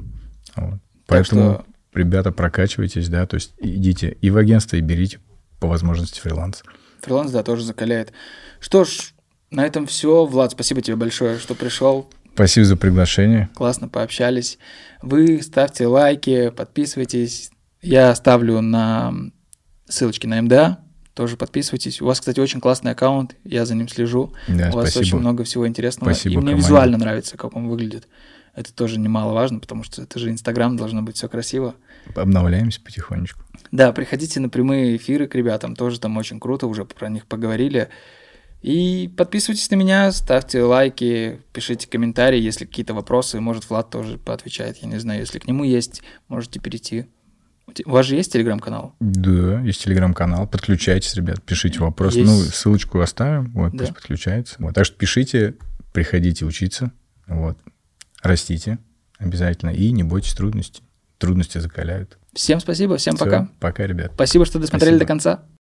Speaker 2: Поэтому, ребята, прокачивайтесь, то есть идите и в агентство, и берите по возможности фриланс.
Speaker 1: Фриланс, тоже закаляет. Что ж, на этом все. Влад, спасибо тебе большое, что пришел.
Speaker 2: Спасибо за приглашение.
Speaker 1: Классно пообщались. Вы ставьте лайки, подписывайтесь. Я ставлю ссылочки на МДА. Тоже подписывайтесь. У вас, кстати, очень классный аккаунт. Я за ним слежу.
Speaker 2: Да,
Speaker 1: у вас
Speaker 2: спасибо.
Speaker 1: очень много всего интересного.
Speaker 2: Спасибо,
Speaker 1: и мне
Speaker 2: команде.
Speaker 1: визуально нравится, как он выглядит. Это тоже немаловажно, потому что это же Инстаграм, должно быть все красиво.
Speaker 2: Обновляемся потихонечку.
Speaker 1: Да, приходите на прямые эфиры к ребятам, тоже там очень круто, уже про них поговорили. И подписывайтесь на меня, ставьте лайки, пишите комментарии, если какие-то вопросы, может, Влад тоже поотвечает, я не знаю, если к нему есть, можете перейти. У вас же есть телеграм-канал?
Speaker 2: Да, есть телеграм-канал, подключайтесь, ребят, пишите вопросы, ссылочку оставим, пусть подключается. Так что пишите, приходите учиться, растите обязательно и не бойтесь трудностей. Трудности закаляют.
Speaker 1: Всем спасибо, всем пока.
Speaker 2: Пока, ребят.
Speaker 1: Спасибо, что досмотрели до конца.